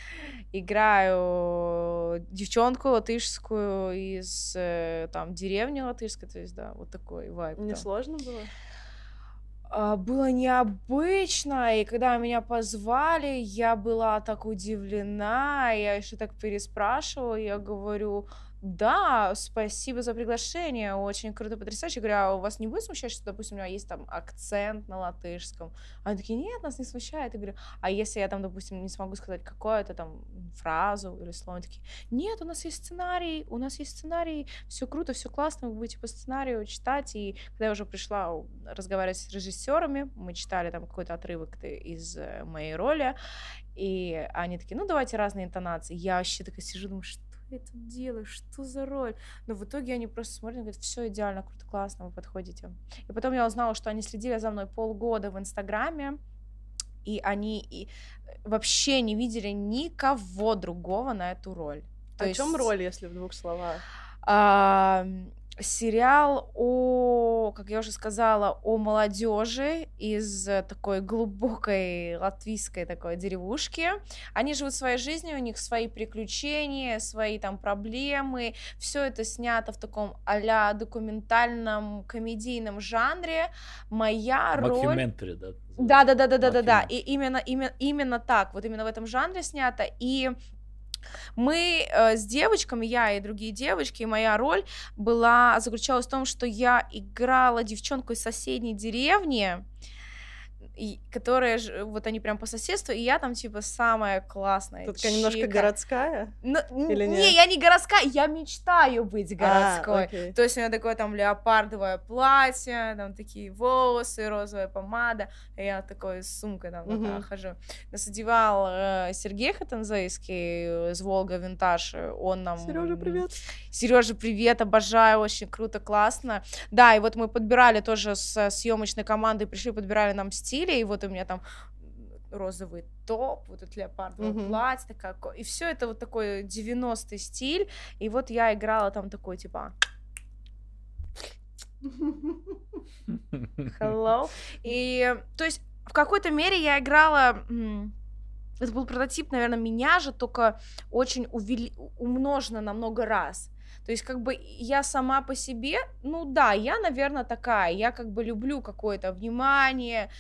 играю девчонку латышскую из там деревни латышской, то есть, да, вот такой вайб. Не там. сложно было? Было необычно, и когда меня позвали, я была так удивлена, я еще так переспрашивала, я говорю, да, спасибо за приглашение, очень круто, потрясающе. Я говорю, а у вас не будет смущать, что, допустим, у меня есть там акцент на латышском? Они такие, нет, нас не смущает. Я говорю, а если я там, допустим, не смогу сказать какую-то там фразу или слово? Они такие, нет, у нас есть сценарий, все круто, все классно, вы будете по сценарию читать. И когда я уже пришла разговаривать с режиссерами, мы читали там какой-то отрывок из моей роли, и они такие, ну давайте разные интонации. Я вообще такая сижу, думаю, что я тут делаю, что за роль? Но в итоге они просто смотрят и говорят, все идеально, круто, классно, вы подходите. И потом я узнала, что они следили за мной полгода в Инстаграме, и они вообще не видели никого другого на эту роль. О чем роль, если в 2 словах? Сериал о, как я уже сказала, о молодежи из такой глубокой латвийской такой деревушки. Они живут своей жизнью, у них свои приключения, свои там проблемы. Все это снято в таком а-ля документальном комедийном жанре. Моя роль... Мокюментари, да? Да. И именно так, вот именно в этом жанре снято. И мы с девочками, я и другие девочки, и моя роль заключалась в том, что я играла девчонку из соседней деревни, которая, вот они прям по соседству, и я там, типа, самая классная Тут такая немножко городская? Или нет? Не, я не городская, я мечтаю быть городской. Окей. То есть у меня такое там леопардовое платье, там такие волосы, розовая помада, и я такой с сумкой там хожу. Нас одевал Сергей Хатанзейский из Волга Винтаж, он нам... Сережа, привет! Сережа, привет, обожаю, очень круто, классно. Да, и вот мы подбирали тоже с съемочной командой, подбирали нам стиль, и вот у меня там розовый топ, вот это леопардовое платье, такая, и все это вот такой 90-й стиль, и вот я играла там такой, типа... Hello. И, то есть, в какой-то мере я играла... Это был прототип, наверное, меня же, только очень умножено на много раз. То есть, как бы, я сама по себе, ну да, я, наверное, такая, я как бы люблю какое-то внимание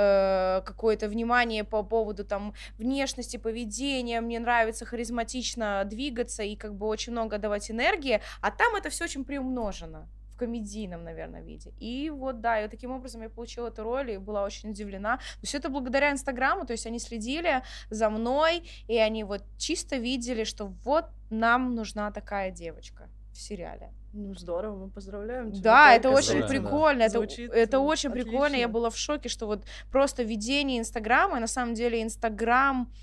по поводу, там, внешности, поведения, мне нравится харизматично двигаться и, как бы, очень много давать энергии, а там это все очень приумножено. В комедийном, наверное, виде. И вот, да, и вот таким образом я получила эту роль и была очень удивлена. Но все это благодаря Инстаграму, то есть они следили за мной, и они вот чисто видели, что вот нам нужна такая девочка в сериале. Ну, здорово, мы поздравляем тебя. Да, это очень прикольно, Звучит это очень отлично. прикольно, я была в шоке, что вот просто ведение Инстаграма, на самом деле Инстаграм,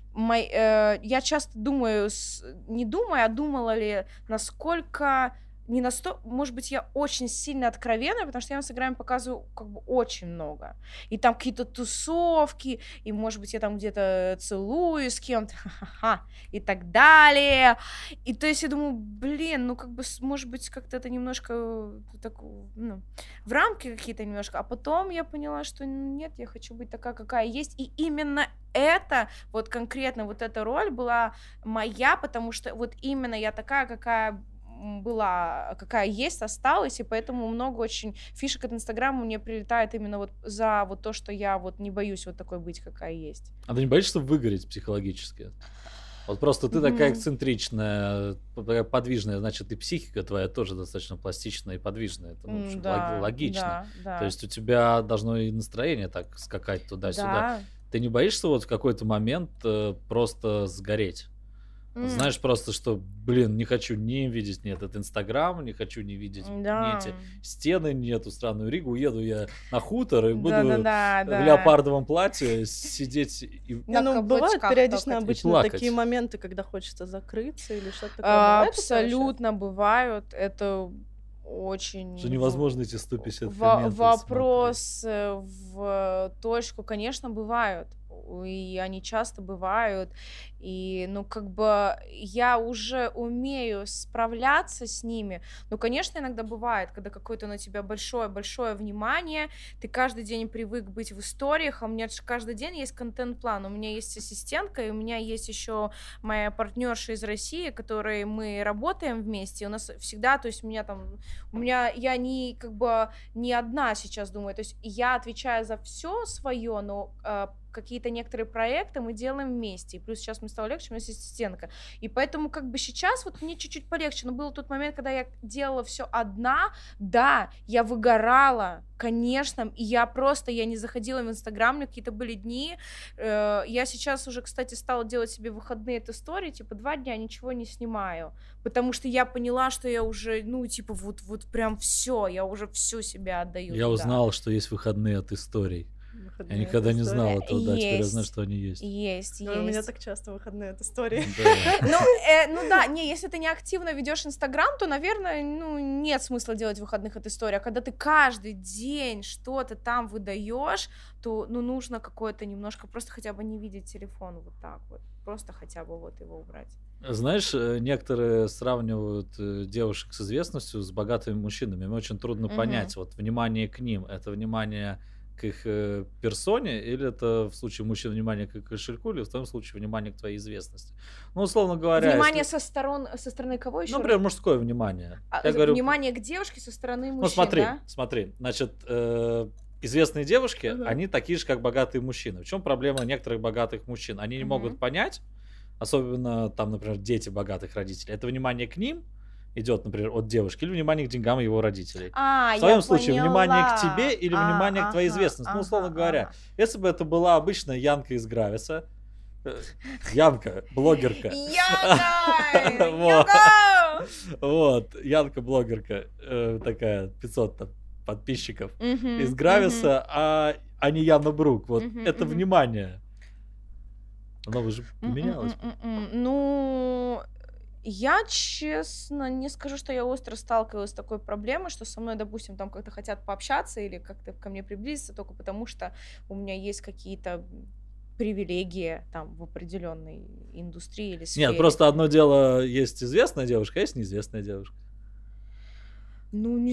я часто думаю, не думаю, а думала ли, насколько... может быть, я очень сильно откровенная, потому что я в Инстаграме показываю как бы очень много. И там какие-то тусовки, и, может быть, я там где-то целую с кем-то, и так далее. И то есть я думаю, блин, ну как бы, может быть, как-то это немножко так, ну, в рамки какие-то немножко. А потом я поняла, что нет, я хочу быть такая, какая есть. И именно это, вот конкретно вот эта роль была моя, потому что вот именно я такая, какая была, какая есть, осталась, и поэтому много очень фишек от Инстаграма мне прилетает именно вот за вот то, что я вот не боюсь вот такой быть, какая есть. А ты не боишься выгореть психологически? Вот просто ты такая эксцентричная, такая подвижная, значит, и психика твоя тоже достаточно пластичная и подвижная. Это, в общем, логично. Да. То есть у тебя должно и настроение так скакать туда-сюда. Ты не боишься вот в какой-то момент просто сгореть? Знаешь, просто, что, блин, не хочу ни видеть ни этот Инстаграм, не хочу ни видеть ни эти стены, ни эту странную Ригу. Уеду я на хутор и буду в леопардовом платье сидеть и ну, бывают периодично обычно такие моменты, когда хочется закрыться или что-то такое. Абсолютно бывают. Это очень... Что невозможно эти 150 вопрос в точку, конечно, бывают. И они часто бывают, и, ну, как бы я уже умею справляться с ними, но, конечно, иногда бывает, когда какое-то на тебя большое-большое внимание, ты каждый день привык быть в историях, а у меня каждый день есть контент-план, у меня есть ассистентка, и у меня есть еще моя партнерша из России, которой мы работаем вместе, и у нас всегда, то есть я не, как бы, не одна сейчас думаю, то есть я отвечаю за все свое, но какие-то некоторые проекты мы делаем вместе, и плюс сейчас мне стало легче, у меня есть ассистентка, и поэтому как бы сейчас вот мне чуть-чуть полегче, но был тот момент, когда я делала все одна, да, я выгорала, конечно, и я не заходила в Инстаграм, у меня какие-то были дни, я сейчас уже, кстати, стала делать себе выходные это истории, типа 2 дня ничего не снимаю, потому что я поняла, что я уже, ну, типа вот прям все, я уже всю себя отдаю. Я узнал, что есть выходные от историй. Я никогда не знал этого, да, теперь я знаю, что они есть. Есть. У меня так часто выходные от истории. Ну да, если ты не активно ведешь Инстаграм, то, наверное, нет смысла делать выходных от истории. А когда ты каждый день что-то там выдаешь, то, нужно какое-то немножко просто хотя бы не видеть телефон вот так вот. Просто хотя бы вот его убрать. Знаешь, некоторые сравнивают девушек с известностью с богатыми мужчинами. Им очень трудно понять, вот внимание к ним, это внимание к их персоне, или это в случае мужчин внимание к кошельку, или в том случае внимание к твоей известности. Ну, условно говоря... Внимание со стороны кого еще? Ну, например, мужское внимание. Я говорю... Внимание к девушке со стороны мужчин, смотри. Значит, известные девушки, они такие же, как богатые мужчины. В чем проблема некоторых богатых мужчин? Они не могут понять, особенно там, например, дети богатых родителей, это внимание к ним идет, например, от девушки, или внимание к деньгам его родителей. В своем случае внимание к тебе или внимание к твоей известности. Ну, условно говоря, если бы это была обычная Янка из Грависа, Янка, блогерка. Вот, Янка, блогерка, такая, 500 подписчиков из Грависа, а не Яна Брук. Вот это внимание. Оно уже поменялось. Ну, я, честно, не скажу, что я остро сталкивалась с такой проблемой, что со мной, допустим, там как-то хотят пообщаться или как-то ко мне приблизиться только потому, что у меня есть какие-то привилегии там в определенной индустрии или сфере. Нет, просто одно дело, есть известная девушка, а есть неизвестная девушка. Ну, не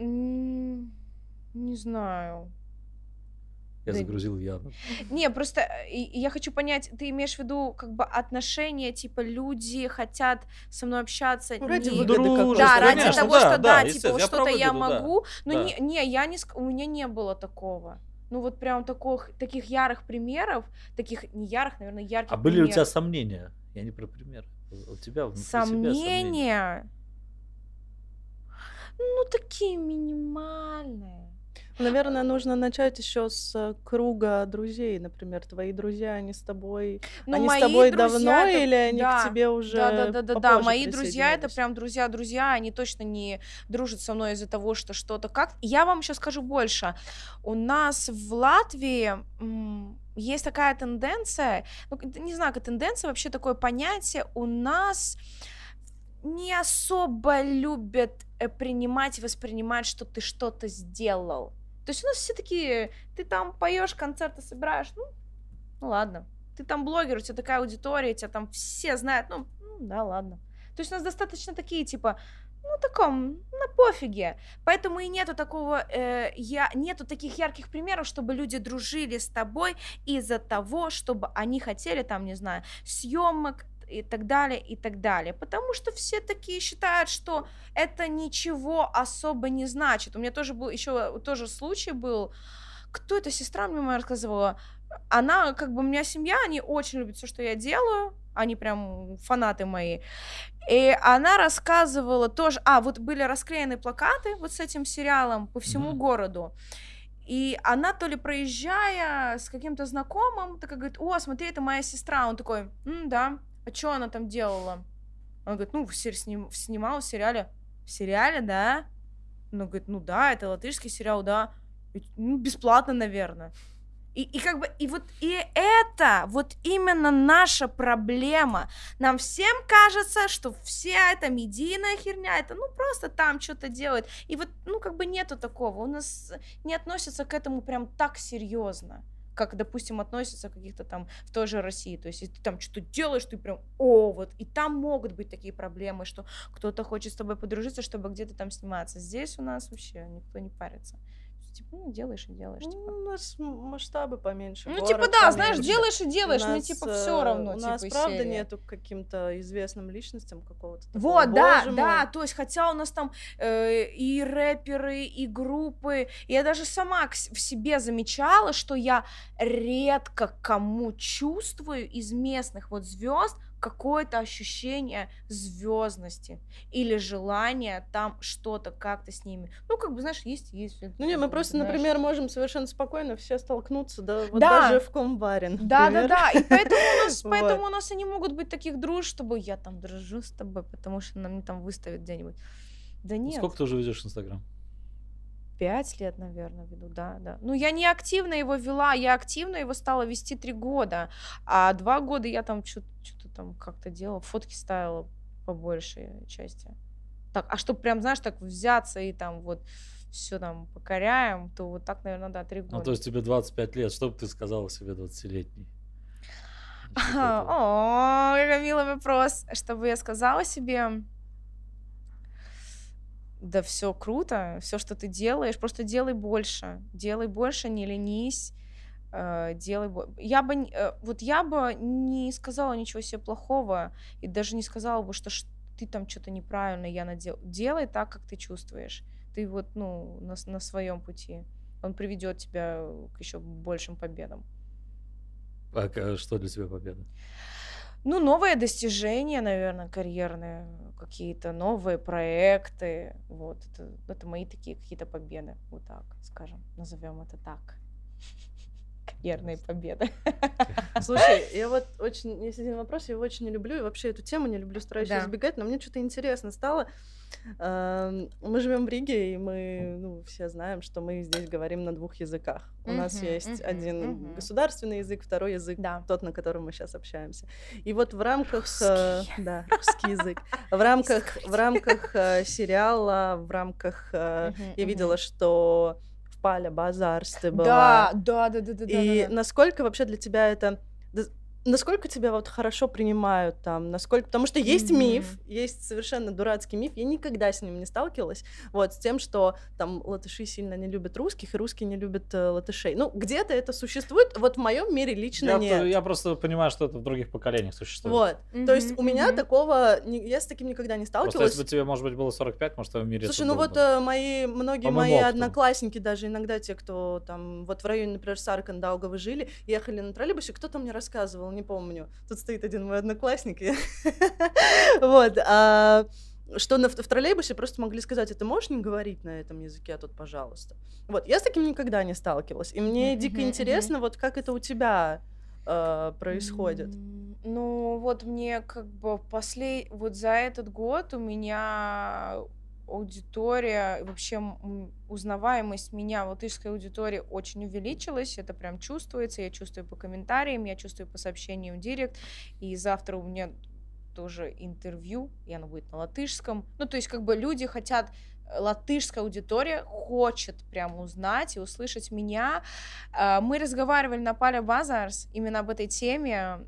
знаю. Я загрузил Яну. Не, просто я хочу понять, ты имеешь в виду как бы отношения, типа люди хотят со мной общаться, ради выгоды какой-то. Да, ради того, что типа что-то я могу. Ну у меня не было такого. Ну вот прям таких ярых примеров, таких не ярых, наверное, ярких. А были у тебя сомнения? Я не про пример. У тебя внутри себя сомнения? Ну такие минимальные. Наверное, нужно начать еще с круга друзей. Например, твои друзья, они с тобой, они с тобой давно или они к тебе уже Да, мои друзья это прям друзья, они точно не дружат со мной из-за того, что что-то как. Я вам еще скажу больше. У нас в Латвии есть такая тенденция, не знаю, как тенденция, вообще такое понятие, у нас не особо любят принимать и воспринимать, что ты что-то сделал. То есть у нас все такие, ты там поешь, концерты собираешь, ну ладно. Ты там блогер, у тебя такая аудитория, тебя там все знают, да, ладно. То есть у нас достаточно такие, типа, на пофиге. Поэтому и нету такого, нету таких ярких примеров, чтобы люди дружили с тобой из-за того, чтобы они хотели, там, не знаю, съемок, и так далее, потому что все такие считают, что это ничего особо не значит. У меня тоже был еще тоже случай был, кто это, сестра мне моя рассказывала, она, как бы, у меня семья, они очень любят все, что я делаю, они прям фанаты мои, и она рассказывала тоже, вот были расклеены плакаты вот с этим сериалом по всему городу. И она то ли проезжая с каким-то знакомым, такая говорит, смотри, это моя сестра. Он такой, да. А что она там делала? Она говорит, снимала в сериале. В сериале, да? Она говорит, да, это латышский сериал, да. Бесплатно, наверное. И как бы, и это вот именно наша проблема. Нам всем кажется, что вся эта медийная херня, это просто там что-то делают. И вот, как бы нету такого. У нас не относятся к этому прям так серьезно, как, допустим, относятся каких-то там в той же России. То есть, если ты там что-то делаешь, ты прям, вот. И там могут быть такие проблемы, что кто-то хочет с тобой подружиться, чтобы где-то там сниматься. Здесь у нас вообще никто не парится. Типа, делаешь и делаешь. Типа. У нас масштабы поменьше. Типа, да, знаешь, делаешь и делаешь, мне типа все равно. У нас, правда, нету к каким-то известным личностям какого-то такого. Вот, да, то есть, хотя у нас там и рэперы, и группы, я даже сама в себе замечала, что я редко кому чувствую из местных вот звезд какое-то ощущение звездности или желание там что-то как-то с ними. Как бы, знаешь, есть. Мы просто, например, можем совершенно спокойно все столкнуться, даже в комбаре. Да. И поэтому у нас и не могут быть таких дружб, чтобы я там дружу с тобой, потому что нам там выставят где-нибудь. Да нет. Сколько ты уже ведешь Инстаграм? 5 лет, наверное, веду, да. Ну, я не активно его вела, я активно его стала вести 3 года, а 2 года я там что-то там как-то делала, фотки ставила по большей части. Так, а чтобы прям, знаешь, так взяться и там вот все там покоряем, то вот так, наверное, да, 3 года. Ну, то есть тебе 25 лет, что бы ты сказала себе 20-летней? О, какой милый вопрос. Что бы я сказала себе... Да все круто, все, что ты делаешь, просто делай больше, не ленись, делай больше. Я бы не сказала ничего себе плохого и даже не сказала бы, что ты там что-то неправильно, делай так, как ты чувствуешь. Ты вот, ну, на своем пути. Он приведет тебя к еще большим победам. А что для тебя победа? Ну, новые достижения, наверное, карьерные, какие-то новые проекты. Вот, это мои такие какие-то победы, вот так, скажем, назовем это так. Карьерные победы. Слушай, я вот очень, есть один вопрос, я его очень не люблю, и вообще эту тему не люблю, стараюсь избегать, но мне что-то интересно стало. Мы живем в Риге, и мы, ну, все знаем, что мы здесь говорим на 2 языках. У нас есть один государственный язык, второй язык, тот, на котором мы сейчас общаемся. И вот в рамках... русский язык. В рамках сериала, в рамках... Я видела, что в Паля Базарс ты была. Да. И насколько вообще для тебя это... Насколько тебя вот хорошо принимают там, насколько... Потому что есть миф, есть совершенно дурацкий миф, я никогда с ним не сталкивалась, вот, с тем, что там латыши сильно не любят русских, и русские не любят латышей. Ну, где-то это существует, вот в моем мире лично нет. Я просто понимаю, что это в других поколениях существует. Вот, то есть у меня такого... Я с таким никогда не сталкивалась. Просто если бы тебе, может быть, было 45, может, в твоем мире... Слушай, ну вот многие мои одноклассники, даже иногда те, кто там вот в районе, например, Саркан, Даугавы жили, ехали на троллейбусе, кто-то мне рассказывал, не помню. Тут стоит один мой одноклассник. Вот. Что в троллейбусе просто могли сказать, ты можешь не говорить на этом языке, а тут, пожалуйста. Вот. Я с таким никогда не сталкивалась. И мне дико интересно, вот как это у тебя происходит. Ну, вот мне как бы вот за этот год у меня... аудитория, вообще узнаваемость меня в латышской аудитории очень увеличилась, это прям чувствуется, я чувствую по комментариям, я чувствую по сообщениям в директ, и завтра у меня тоже интервью, и оно будет на латышском, ну, то есть как бы люди хотят, латышская аудитория хочет прям узнать и услышать меня. Мы разговаривали на Паля Базарс именно об этой теме,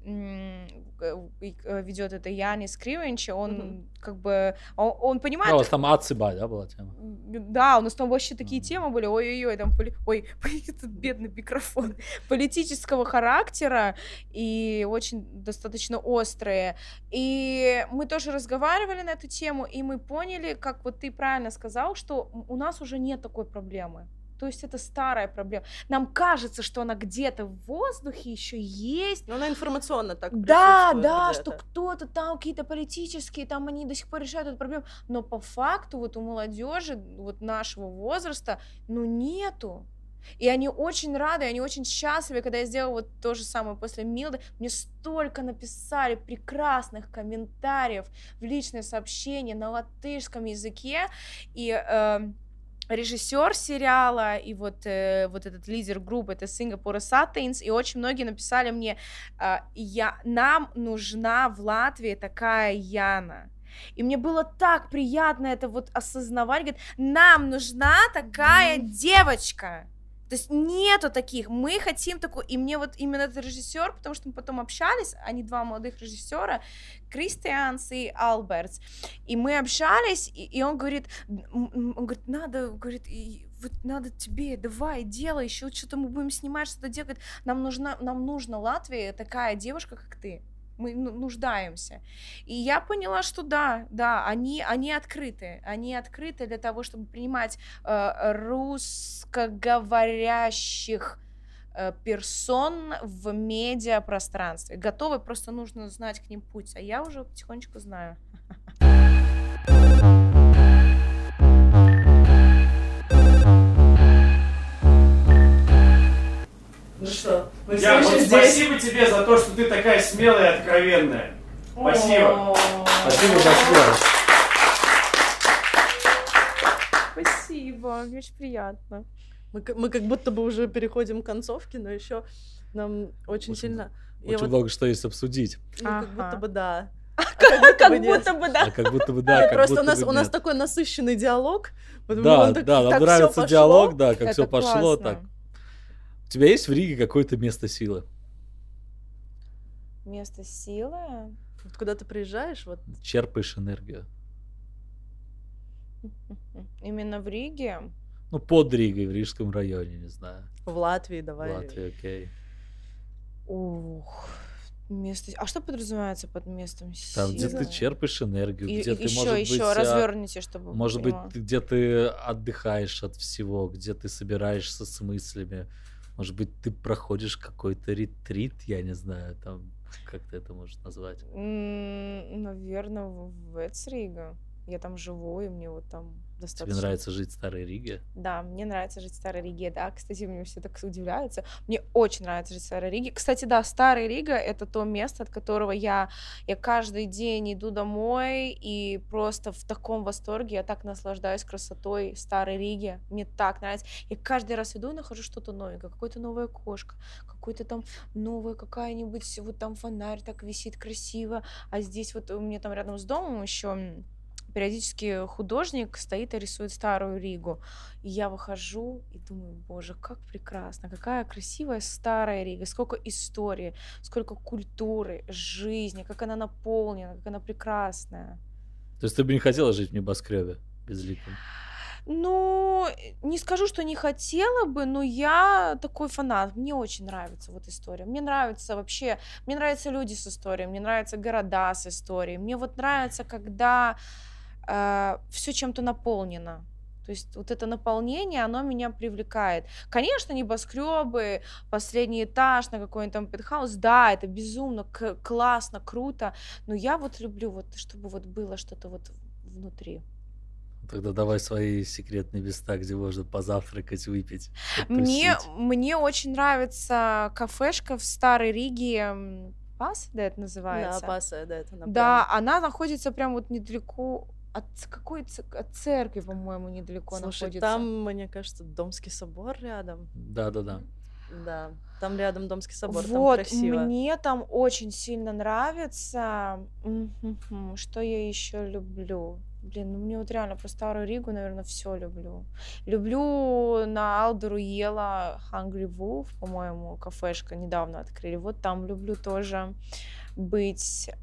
ведет это Янис Кривенч, он как бы, он понимает... Да, у вас там Ациба, да, была тема? Да, у нас там вообще такие темы были, ой-ой-ой, там, этот бедный микрофон, политического характера и очень достаточно острые. И мы тоже разговаривали на эту тему, и мы поняли, как вот ты правильно сказал, что у нас уже нет такой проблемы. То есть это старая проблема. Нам кажется, что она где-то в воздухе еще есть. Но она информационно так присутствует. Да, что кто-то там, какие-то политические, там они до сих пор решают эту проблему. Но по факту вот у молодежи вот нашего возраста, ну, нету. И они очень рады, они очень счастливы, когда я сделала вот то же самое после Милды. Мне столько написали прекрасных комментариев в личные сообщения на латышском языке. И... режиссер сериала и вот этот лидер группы, это Singapore Saints, и очень многие написали мне, нам нужна в Латвии такая Яна. И мне было так приятно это вот осознавать, говорит, нам нужна такая девочка. То есть нету таких, мы хотим такую, и мне вот именно этот режиссер, потому что мы потом общались, они 2 молодых режиссера, Кристианс и Альбертс, и мы общались, и он говорит, надо, говорит, вот надо тебе, давай, делай, еще что-то мы будем снимать, что-то делать, нам нужна Латвия такая девушка, как ты. Мы нуждаемся. И я поняла, что да, они открыты. Они открыты для того, чтобы принимать русскоговорящих персон в медиапространстве. Готовы, просто нужно знать к ним путь. А я уже потихонечку знаю. Ну что, Я вот спасибо тебе за то, что ты такая смелая и откровенная. Спасибо. Спасибо большое. Спасибо. спасибо, мне очень приятно. Мы как будто бы уже переходим к концовке, но еще нам очень сильно... Очень много что есть обсудить. Как будто бы да. Как будто бы да. Как будто бы да. Просто у нас такой насыщенный диалог. Да, нам нравится диалог, да, как все пошло. Так. У тебя есть в Риге какое-то место силы? Место силы? Вот куда ты приезжаешь, вот... Черпаешь энергию. Именно в Риге? Ну, под Ригой, в Рижском районе, не знаю. В Латвии, давай. В Латвии, окей. Ух, место... А что подразумевается под местом силы? Там, где ты черпаешь энергию, где ты, еще, может быть... Еще разверните, чтобы... Может быть, где ты отдыхаешь от всего, где ты собираешься с мыслями. Может быть, ты проходишь какой-то ретрит, я не знаю, там, как ты это можешь назвать? Наверное, в Эцрига. Я там живу, и мне вот там достаточно... Тебе нравится жить в Старой Риге? Да, мне нравится жить в Старой Риге, да. Кстати, мне все так удивляются. Мне очень нравится жить в Старой Риге. Кстати, да, Старая Рига — это то место, от которого я каждый день иду домой, и просто в таком восторге. Я так наслаждаюсь красотой Старой Риги. Мне так нравится. Я каждый раз иду и нахожу что-то новенькое. Какая-то новая кошка, какой-то там новая какая-нибудь, вот там фонарь так висит красиво. А здесь вот у меня там рядом с домом еще... периодически художник стоит и рисует Старую Ригу. И я выхожу и думаю, боже, как прекрасно, какая красивая Старая Рига, сколько истории, сколько культуры, жизни, как она наполнена, как она прекрасная. То есть ты бы не хотела жить в небоскребе безликом? Ну, не скажу, что не хотела бы, но я такой фанат. Мне очень нравится вот история. Мне нравится вообще, мне нравятся люди с историей, мне нравятся города с историей. Мне вот нравится, когда все чем-то наполнено. То есть вот это наполнение, оно меня привлекает. Конечно, небоскребы, последний этаж на какой-нибудь там пентхаус, да, это безумно классно, круто, но я вот люблю, вот, чтобы вот было что-то вот внутри. Тогда давай свои секретные места, где можно позавтракать, выпить. Мне очень нравится кафешка в Старой Риге, Пас, да, это называется? Да, Паса, да, это напомню. Да, она находится прям вот недалеко от церкви, по-моему, недалеко. Слушай, находится. Там, мне кажется, Домский собор рядом. Да. Да, там рядом Домский собор, вот, там красиво. Мне там очень сильно нравится. Что я еще люблю? Блин, ну мне вот реально про Старую Ригу, наверное, все люблю. Люблю на Алдеру ела Hungry Wolf, по-моему, кафешка недавно открыли. Вот там люблю тоже быть.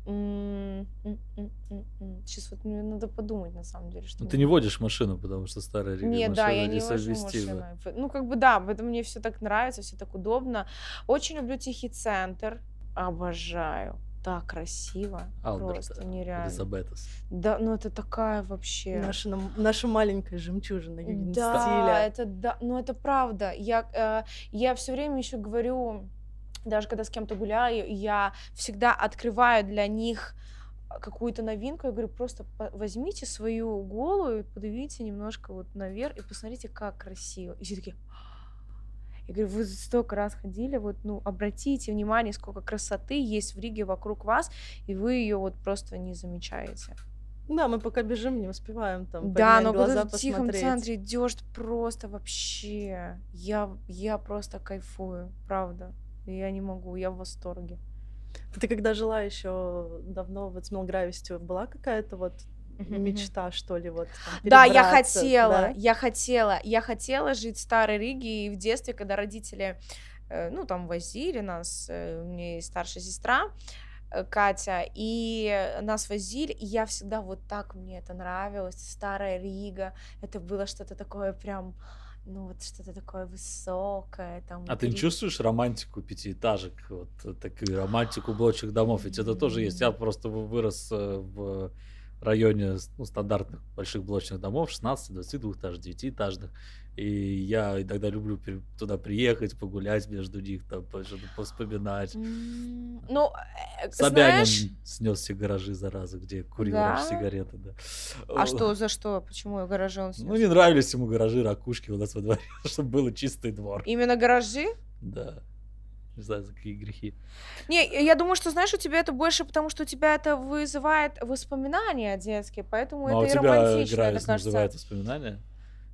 Сейчас вот мне надо подумать, на самом деле. Что ты не водишь машину, потому что Старая Рига Нет, да, я не вожу несовместима. машину. Ну, как бы да, поэтому мне все так нравится, все так удобно. Очень люблю Тихий центр. Обожаю. Так красиво. Алберта, просто нереально. Элизабетас. Да, ну это такая вообще... Наша маленькая жемчужина да, стиля. Это правда. Я все время еще говорю, даже когда с кем-то гуляю, я всегда открываю для них какую-то новинку. Я говорю, просто возьмите свою голову, подавите немножко вот наверх и посмотрите, как красиво. И все такие... Я говорю, вы столько раз ходили, вот, ну, обратите внимание, сколько красоты есть в Риге вокруг вас, и вы ее вот просто не замечаете. Да, мы пока бежим, не успеваем там да, но глаза когда в Тихом центре идешь, просто вообще, я просто кайфую, правда. Я не могу, я в восторге. Ты когда жила еще давно в Эцмилгрависте, была какая-то вот мечта, что ли, вот там, да, я хотела жить в Старой Риге, и в детстве, когда родители, ну, там, возили нас, у меня есть старшая сестра, Катя, и нас возили, и я всегда вот так, мне это нравилось, Старая Рига, это было что-то такое прям, ну, вот что-то такое высокое. Там, ты не чувствуешь романтику пятиэтажек, вот такую романтику блочных домов? Ведь это тоже есть. Я просто вырос в районе стандартных больших блочных домов, 16, 22 этажных, 9-этажных. И я иногда люблю туда приехать, погулять между них, там, что-то поспоминать. Ну, Собянин знаешь... снес все гаражи, зараза, где курил раньше сигареты. Да. А что, за что? Почему гаражи он снес? Ну, не нравились ему гаражи, ракушки у нас во дворе, чтобы был чистый двор. Именно гаражи? Да. Не знаю, за какие грехи. Не, я думаю, что, знаешь, у тебя это больше, потому что у тебя это вызывает воспоминания детские, поэтому это и романтично. А у тебя гараж вызывает воспоминания?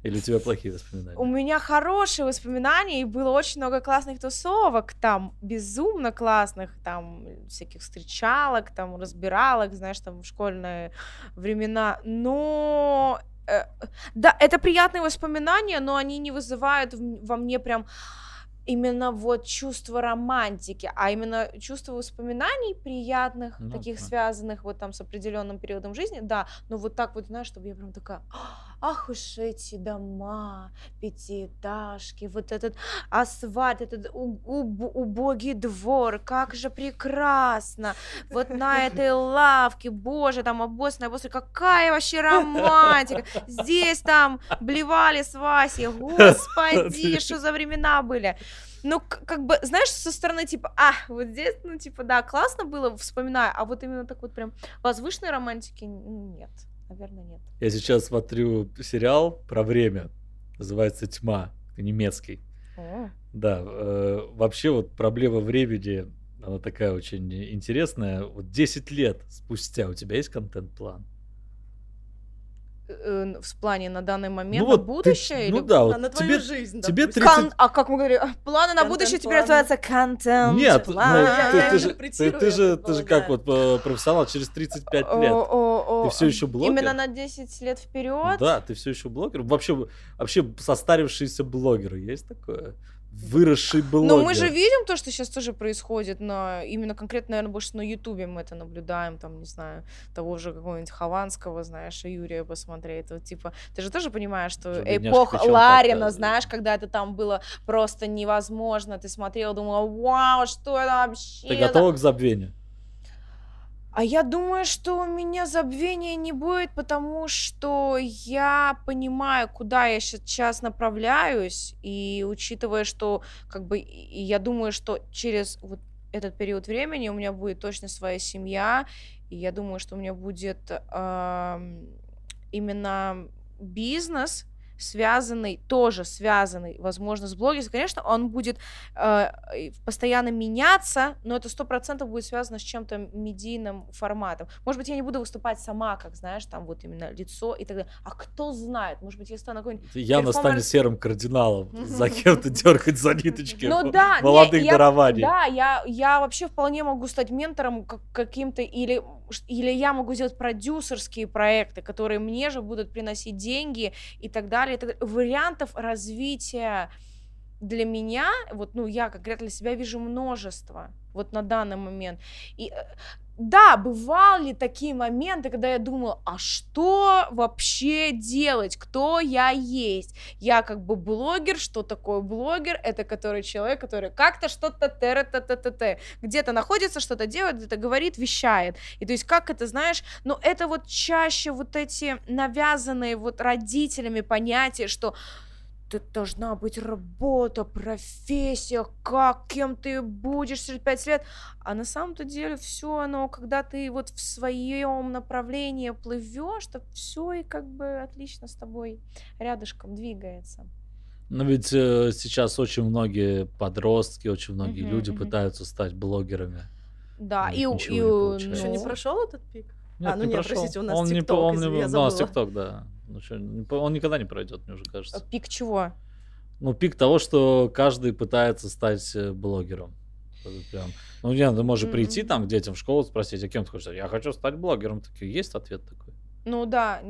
Или у тебя плохие воспоминания? У меня хорошие воспоминания, и было очень много классных тусовок, там, безумно классных, там, всяких встречалок, там, разбиралок, знаешь, там, в школьные времена, но... да, это приятные воспоминания, но они не вызывают во мне прям именно вот чувство романтики, а именно чувство воспоминаний приятных, таких связанных вот там с определенным периодом жизни, да, но вот так вот, знаешь, чтобы я прям такая, ах уж эти дома, пятиэтажки, вот этот асфальт, этот убогий двор, как же прекрасно, вот на этой лавке, боже, там обоссанная, какая вообще романтика, здесь там блевали с Васей, господи, что за времена были. Ну, как бы, знаешь, со стороны, типа, вот здесь, ну, типа, да, классно было, вспоминаю, а вот именно так вот прям возвышенной романтики нет, наверное, нет. Я сейчас смотрю сериал про время, называется «Тьма», немецкий. Да, вообще вот проблема времени, она такая очень интересная. Вот 10 лет спустя у тебя есть контент-план? В плане на данный момент, на будущее? Ну да, вот на твою жизнь. Тебе 30... А как мы говорим, планы на будущее теперь называются контент. Нет, ты же как вот профессионал через 35 лет. Ты все еще блогер? Именно на 10 лет вперед? Да, ты все еще блогер. Вообще состарившийся блогер, есть такое? Выросший блогер. Но мы же видим то, что сейчас тоже происходит, именно конкретно, наверное, больше на Ютубе мы это наблюдаем, там, не знаю, того же какого-нибудь Хованского, знаешь, Юрия посмотреть, вот, типа, ты же тоже понимаешь, что эпоха Ларина, знаешь, когда это там было просто невозможно, ты смотрела, думала, вау, что это вообще? Ты готова к забвению? А я думаю, что у меня забвения не будет, потому что я понимаю, куда я сейчас направляюсь, и учитывая, что, как бы, и я думаю, что через вот этот период времени у меня будет точно своя семья, и я думаю, что у меня будет именно бизнес, тоже связанный, возможно, с блогерством. Конечно, он будет постоянно меняться, но это 100% будет связано с чем-то медийным форматом. Может быть, я не буду выступать сама, как, знаешь, там вот именно лицо и так далее. А кто знает, может быть, я стану какой-нибудь... Яна станет серым кардиналом, за кем-то дергать за ниточки молодых дарований. Да, я вообще вполне могу стать ментором каким-то, или я могу сделать продюсерские проекты, которые мне же будут приносить деньги и так далее. Вариантов развития для меня, вот, ну, я конкретно для себя вижу множество, вот на данный момент. И да, бывали такие моменты, когда я думала, а что вообще делать, кто я есть? Я как бы блогер, что такое блогер? Это человек, который как-то что-то где-то находится, что-то делает, где-то говорит, вещает. И то есть как это, знаешь, ну это вот чаще вот эти навязанные вот родителями понятия, что это должна быть работа, профессия, кем ты будешь через 5 лет. А на самом-то деле все оно, когда ты вот в своем направлении плывешь, то все и как бы отлично с тобой рядышком двигается. Но ведь сейчас очень многие подростки, очень многие люди пытаются стать блогерами. Да, и еще не прошел этот пик? Нет, не прошел. Простите, у нас ТикТок, я забыла. У нас ТикТок, да. Он никогда не пройдет, мне уже кажется. Пик чего? Ну, пик того, что каждый пытается стать блогером. Прям. Ну, ты можешь прийти там к детям в школу, спросить, а кем ты хочешь? Я хочу стать блогером. Такие, есть ответ такой? Ну да,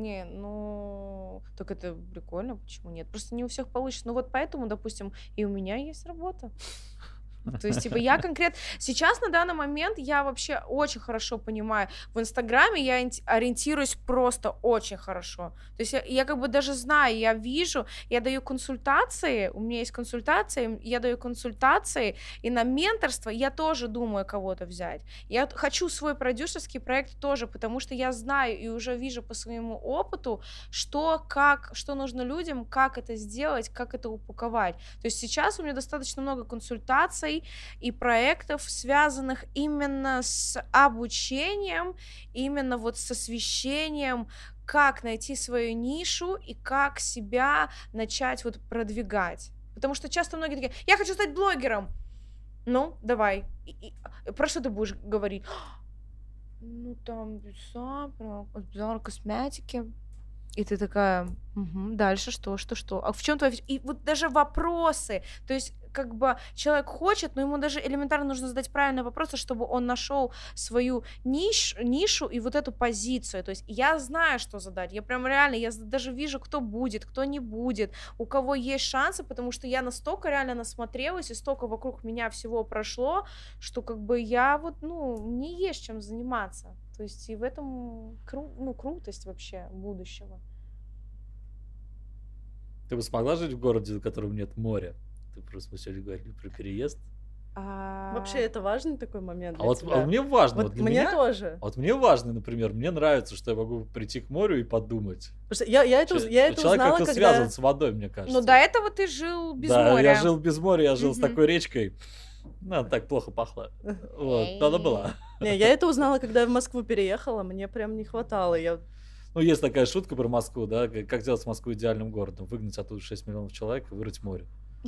так это прикольно, почему нет? Просто не у всех получится. Ну вот поэтому, допустим, и у меня есть работа. То есть, типа, я конкретно... Сейчас, на данный момент, я вообще очень хорошо понимаю. В Инстаграме я ориентируюсь просто очень хорошо. То есть, я как бы даже знаю, я вижу, я даю консультации, у меня есть консультации, я даю консультации, и на менторство я тоже думаю кого-то взять. Я хочу свой продюсерский проект тоже, потому что я знаю и уже вижу по своему опыту, что нужно людям, как это сделать, как это упаковать. То есть, сейчас у меня достаточно много консультаций, и проектов, связанных именно с обучением, именно вот с освещением, как найти свою нишу и как себя начать вот продвигать. Потому что часто многие такие, я хочу стать блогером. Ну, давай. Про что ты будешь говорить? Ну, там, про косметики. И ты такая, дальше что? А в чем твоя... И вот даже вопросы, то есть как бы человек хочет, но ему даже элементарно нужно задать правильные вопросы, чтобы он нашел свою нишу и вот эту позицию. То есть я знаю, что задать, я прям реально, я даже вижу, кто будет, кто не будет, у кого есть шансы, потому что я настолько реально насмотрелась и столько вокруг меня всего прошло, что как бы я вот, мне есть чем заниматься. То есть и в этом крутость вообще будущего. Ты бы смогла жить в городе, в котором нет моря? Ты просто сегодня говорили про переезд. Вообще это важный такой момент для тебя? Вот мне важно. Вот мне тоже. Вот мне важно, например, мне нравится, что я могу прийти к морю и подумать. Я это Человек узнала, как-то связан с водой, мне кажется. Но до этого ты жил без моря. Да, я жил без моря, я жил с такой речкой. Она так плохо пахла. Вот, она была. Не, я это узнала, когда я в Москву переехала, мне прям не хватало. Есть такая шутка про Москву, да, как сделать Москву идеальным городом. Выгнать оттуда 6 миллионов человек и вырыть море.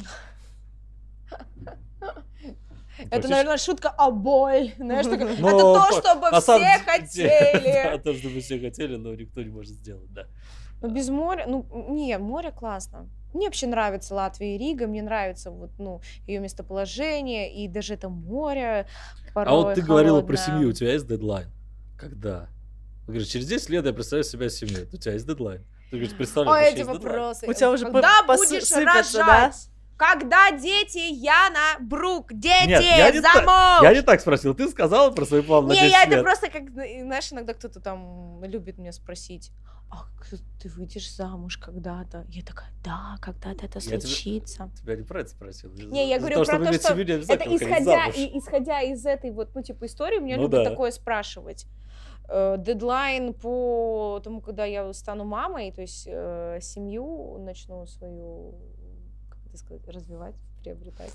Это, наверное, шутка о боль. Знаешь, это то, чтобы все хотели. Да, то, чтобы все хотели, но никто не может сделать, да. Без моря, море классно. Мне вообще нравится Латвия и Рига, мне нравится ее местоположение, и даже это море порой А вот ты говорила холодное. про семью, у тебя есть дедлайн? Когда? Ты говоришь, через 10 лет я представляю себя семьей. У тебя есть дедлайн? Ты говоришь, представляешь, эти вопросы. У тебя уже когда будешь рожать? Да? Когда дети, Яна Брук? Дети, Нет, замуж! Я не так спросил. Ты сказала про свой план на 10 лет. Это просто как, знаешь, иногда кто-то там любит меня спросить, ты выйдешь замуж когда-то? Я такая, да, когда-то это случится. Тебя не про это спросил. Не, я говорю про то, что это исходя из этой истории, мне любят такое спрашивать. Дедлайн по тому, когда я стану мамой, то есть семью начну свою, как это сказать, развивать, приобретать.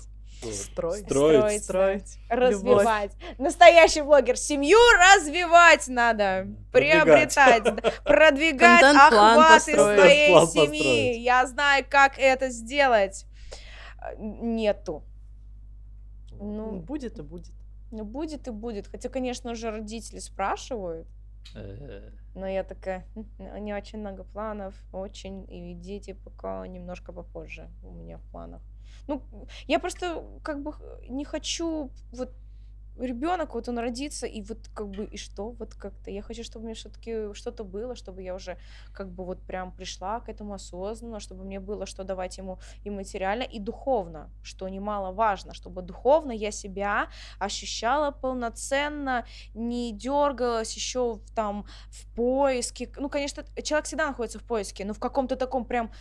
Строить. Развивать. Настоящий блогер. Семью развивать надо. Приобретать. Продвигать охваты своей семьи. Я знаю, как это сделать. Нету. Будет и будет. Будет и будет. Хотя, конечно же, родители спрашивают. Но я такая, не очень много планов, очень, и дети пока немножко попозже у меня в планах. Я просто как бы не хочу ребенок, он родится, и и что, как-то. Я хочу, чтобы у меня все-таки что-то было, чтобы я уже прям пришла к этому осознанно, чтобы мне было что давать ему и материально, и духовно, что немаловажно, чтобы духовно я себя ощущала полноценно, не дергалась еще в поиске. Конечно, человек всегда находится в поиске, но в каком-то таком прям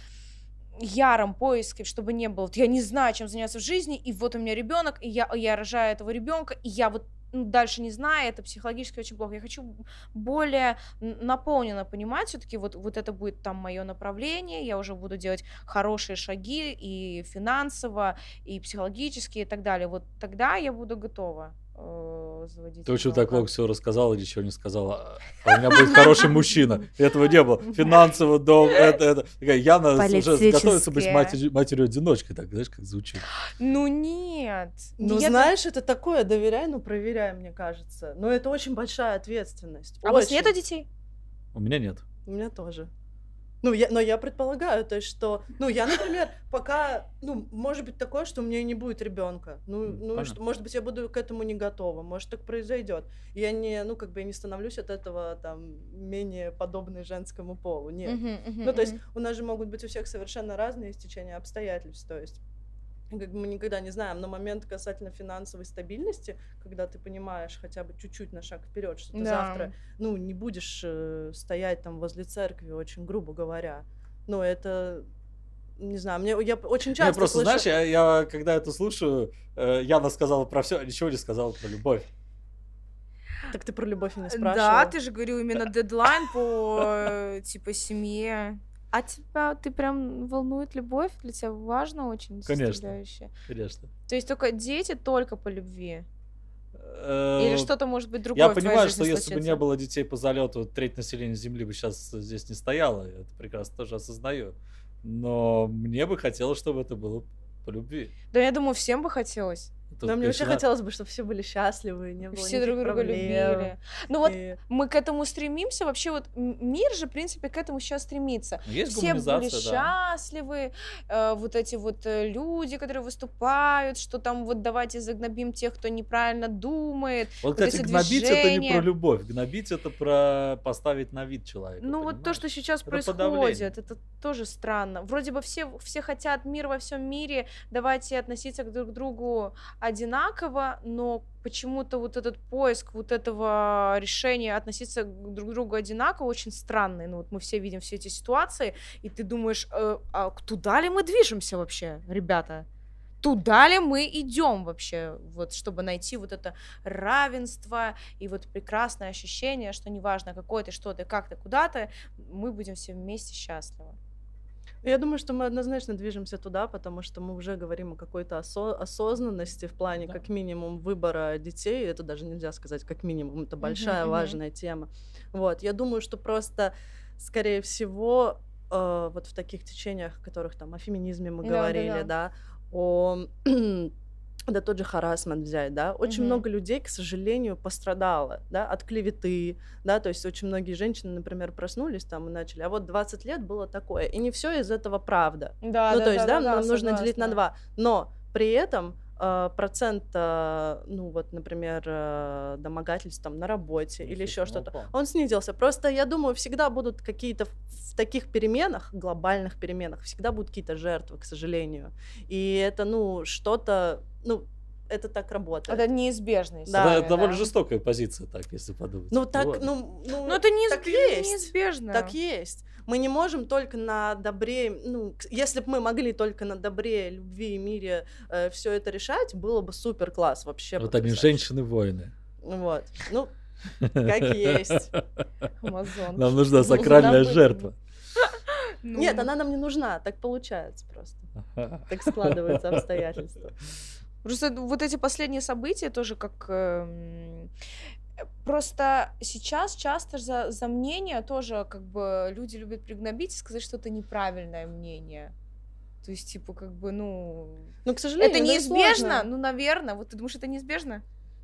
яром поиске, чтобы не было. Я не знаю, чем заняться в жизни, и вот у меня ребенок, и я рожаю этого ребенка, и я дальше не знаю, это психологически очень плохо. Я хочу более наполненно понимать, все-таки вот это будет мое направление, я уже буду делать хорошие шаги и финансово, и психологически, и так далее. Вот тогда я буду готова заводить. Ты очень так много всего рассказала, ничего не сказала. А у меня будет хороший мужчина. Этого не было. Финансово, дом, это. Яна уже готовится быть матерью-одиночкой. Так, знаешь, как звучит? Нет. Знаешь, это такое, доверяй, но проверяй, мне кажется. Но это очень большая ответственность. А у вас нету детей? У меня нет. У меня тоже. Но я предполагаю, то есть, что, я, например, пока, может быть такое, что у меня не будет ребенка, что, может быть, я буду к этому не готова, может, так произойдет. Я не, я не становлюсь от этого менее подобной женскому полу, нет. То есть, у нас же могут быть у всех совершенно разные стечения обстоятельств, то есть, мы никогда не знаем, но момент касательно финансовой стабильности, когда ты понимаешь хотя бы чуть-чуть на шаг вперед, что ты завтра, не будешь стоять возле церкви, очень грубо говоря. Это, не знаю, я очень часто просто, слышу... знаешь, я когда это слушаю, Яна сказала про все, ничего не сказала про любовь. Так ты про любовь и не спрашивала. Да, ты же говорил именно дедлайн по, семье. А тебя, ты прям волнует любовь? Для тебя важно очень? Конечно. То есть только дети только по любви? Или что-то может быть другое? Я понимаю, что если бы не было детей по залету, треть населения Земли бы сейчас здесь не стояло. Я это прекрасно тоже осознаю. Но мне бы хотелось, чтобы это было по любви. Да, я думаю, всем бы хотелось. Но мне вообще хотелось бы, чтобы все были счастливы, не было все друг друга любили. Ну вот мы к этому стремимся, вообще вот мир же, в принципе, к этому сейчас стремится. Есть все были счастливы, вот эти вот люди, которые выступают, что там вот давайте загнобим тех, кто неправильно думает. Вот, кстати, гнобить это не про любовь, гнобить это про поставить на вид человека. Ну понимаешь? Вот то, что сейчас это происходит, это тоже странно. Вроде бы все хотят мир во всем мире, давайте относиться друг к другу одинаково, но почему-то вот этот поиск вот этого решения относиться друг к другу одинаково очень странный. Ну вот мы все видим все эти ситуации, и ты думаешь, а туда ли мы движемся вообще, ребята? Туда ли мы идем вообще, вот, чтобы найти вот это равенство и вот прекрасное ощущение, что неважно, какой ты, что ты, как ты, куда ты, мы будем все вместе счастливы. Я думаю, что мы однозначно движемся туда, потому что мы уже говорим о какой-то осознанности в плане, как минимум, выбора детей. Это даже нельзя сказать как минимум, это большая важная тема. Вот. Я думаю, что просто, скорее всего, вот в таких течениях, в которых там о феминизме мы говорили, да, о... Да, тот же харассмент взять, да, очень много людей, к сожалению, пострадало, да, от клеветы, да, то есть очень многие женщины, например, проснулись там и начали, а вот 20 лет было такое, и не все из этого правда, да, ну, то есть, да, нам нужно делить на 2, но при этом процент, ну вот, например, домогательств там на работе или еще что-то, он снизился. Просто, я думаю, всегда будут какие-то в таких переменах, глобальных переменах, всегда будут какие-то жертвы, к сожалению. И это, ну, что-то, ну, это так работает. Это неизбежно. Да, это довольно жестокая позиция, так, если подумать. Ну, так, это неизбежно. Так есть. Мы не можем только на добре, ну, если бы мы могли только на добре, любви и мире все это решать, было бы супер класс вообще. Вот они женщины-воины. Вот, ну, как есть. Нам нужна сакральная жертва. Нет, она нам не нужна, так получается просто. Так складываются обстоятельства. Просто вот эти последние события тоже как... Просто сейчас часто за мнение тоже как бы люди любят пригнобить и сказать, что это неправильное мнение. То есть, типа, как бы, ну к сожалению, это неизбежно? Ну, наверное. Вот ты думаешь, это неизбежно?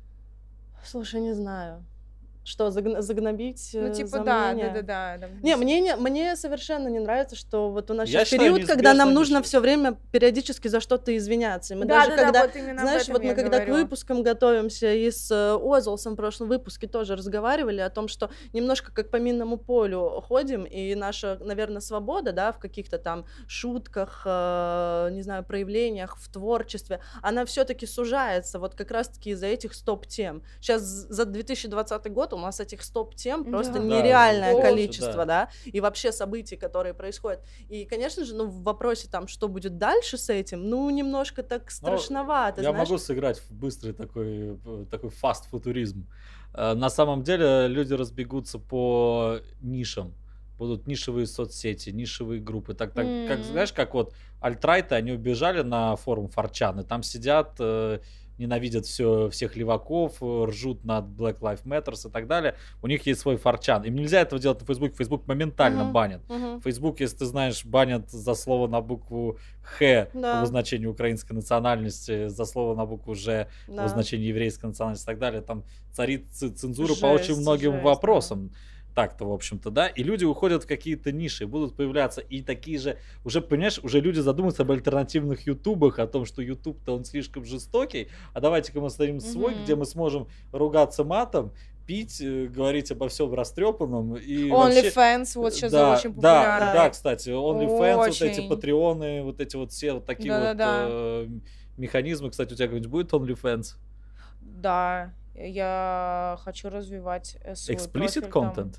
Слушай, не знаю. Что, загнобить? Ну, типа, да. Не, мне совершенно не нравится, что вот у нас сейчас период, когда нам нужно все время периодически за что-то извиняться. И мы даже когда, вот знаешь, вот мы когда к выпускам готовимся, и с Озолсом в прошлом выпуске тоже разговаривали о том, что немножко как по минному полю ходим, и наша, наверное, свобода, да, в каких-то там шутках, не знаю, проявлениях, в творчестве, она все-таки сужается вот как раз-таки из-за этих стоп-тем. Сейчас за 2020 год у нас этих стоп-тем просто нереальное количество, да, и вообще событий, которые происходят. И, конечно же, ну, в вопросе там, что будет дальше с этим, ну, немножко так страшновато, я могу сыграть в быстрый такой фаст-футуризм. На самом деле люди разбегутся по нишам. Будут нишевые соцсети, нишевые группы. Так, как, знаешь, как вот альтрайты, они убежали на форум 4chan, и там сидят... ненавидят всех леваков, ржут над Black Lives Matter и так далее. У них есть свой 4chan. Им нельзя этого делать на Facebook. Facebook моментально банят. Facebook, если ты знаешь, банят за слово на букву Х в обозначении украинской национальности, за слово на букву Ж в обозначении еврейской национальности и так далее. Там царит цензура по очень многим вопросам. Так-то, в общем-то, да, и люди уходят в какие-то ниши, будут появляться и такие же, уже, понимаешь, уже люди задумываются об альтернативных ютубах, о том, что ютуб-то он слишком жестокий, а давайте-ка мы создадим свой, где мы сможем ругаться матом, пить, говорить обо всем растрепанном. И OnlyFans, вот сейчас очень популярно. Да, кстати, OnlyFans, вот эти патреоны, вот эти вот все вот такие механизмы. Кстати, у тебя как-нибудь будет OnlyFans? Да. Я хочу развивать свой Explicit content?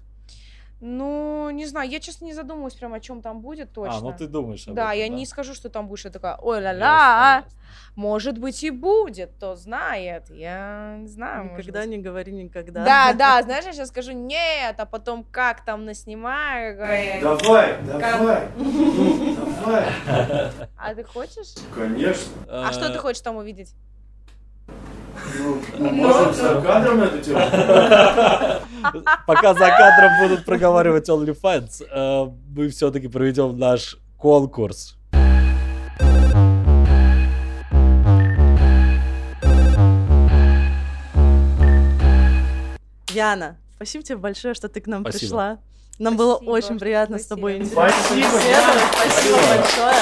Ну, не знаю, я, честно, не задумываюсь прям, о чем там будет точно. Ну ты думаешь об этом, да, я не скажу, что там будет, что такое, ой-ла-ла, может быть и будет, кто знает, я не знаю. Никогда не говори никогда. Да, знаешь, я сейчас скажу нет, а потом как там наснимаю. Давай. А ты хочешь? Конечно. А что ты хочешь там увидеть? Может, за кадром эту тему? Пока за кадром будут проговаривать OnlyFans, мы все-таки проведем наш конкурс. Яна, спасибо тебе большое, что ты к нам Спасибо. пришла. Нам Спасибо, было что очень приятно с тобой пригласили. интересно Спасибо, побеседовать. Яна. Спасибо Спасибо. большое.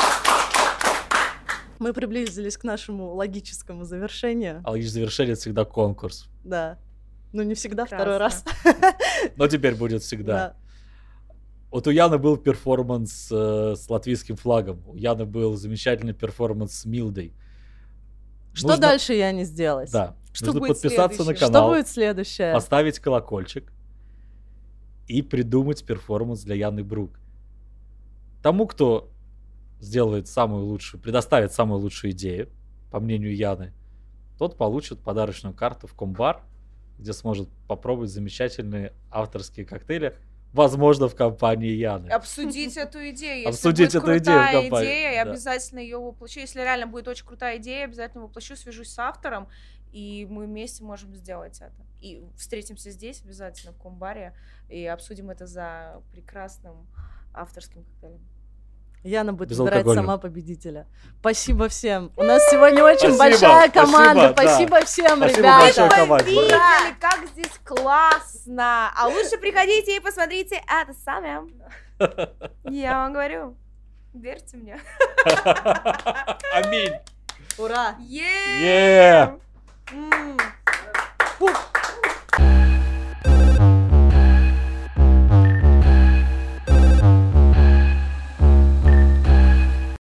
Мы приблизились к нашему логическому завершению. А лишь завершение всегда конкурс. Да. Ну, не всегда, Прекрасно. второй раз. Но теперь будет всегда. Да. Вот у Яны был перформанс с латвийским флагом. У Яны был замечательный перформанс с Милдой. Что Нужно- дальше я не сделать? Да. Что Нужно будет подписаться на следующее? Что канал, будет следующее? поставить колокольчик и придумать перформанс для Яны Брук. Тому, кто сделает самую лучшую, предоставит самую лучшую идею, по мнению Яны, тот получит подарочную карту в Комбар, где сможет попробовать замечательные авторские коктейли, возможно, в компании Яны. Обсудить эту идею. Если Обсудить будет эту идею в крутая компании, идея, я да. обязательно ее воплощу. Если реально будет очень крутая идея, обязательно воплощу, свяжусь с автором, и мы вместе можем сделать это. И встретимся здесь обязательно в Комбаре и обсудим это за прекрасным авторским коктейлем. Яна будет выбирать Безалкогольным. сама победителя. Спасибо всем. У нас сегодня очень Спасибо, большая команда. спасибо, да. Спасибо всем, Спасибо ребята. большое команде. Видели, Ура! как здесь классно! А лучше приходите и посмотрите это сами. Я вам говорю, верьте мне. Аминь. Ура! Yeah! Yeah!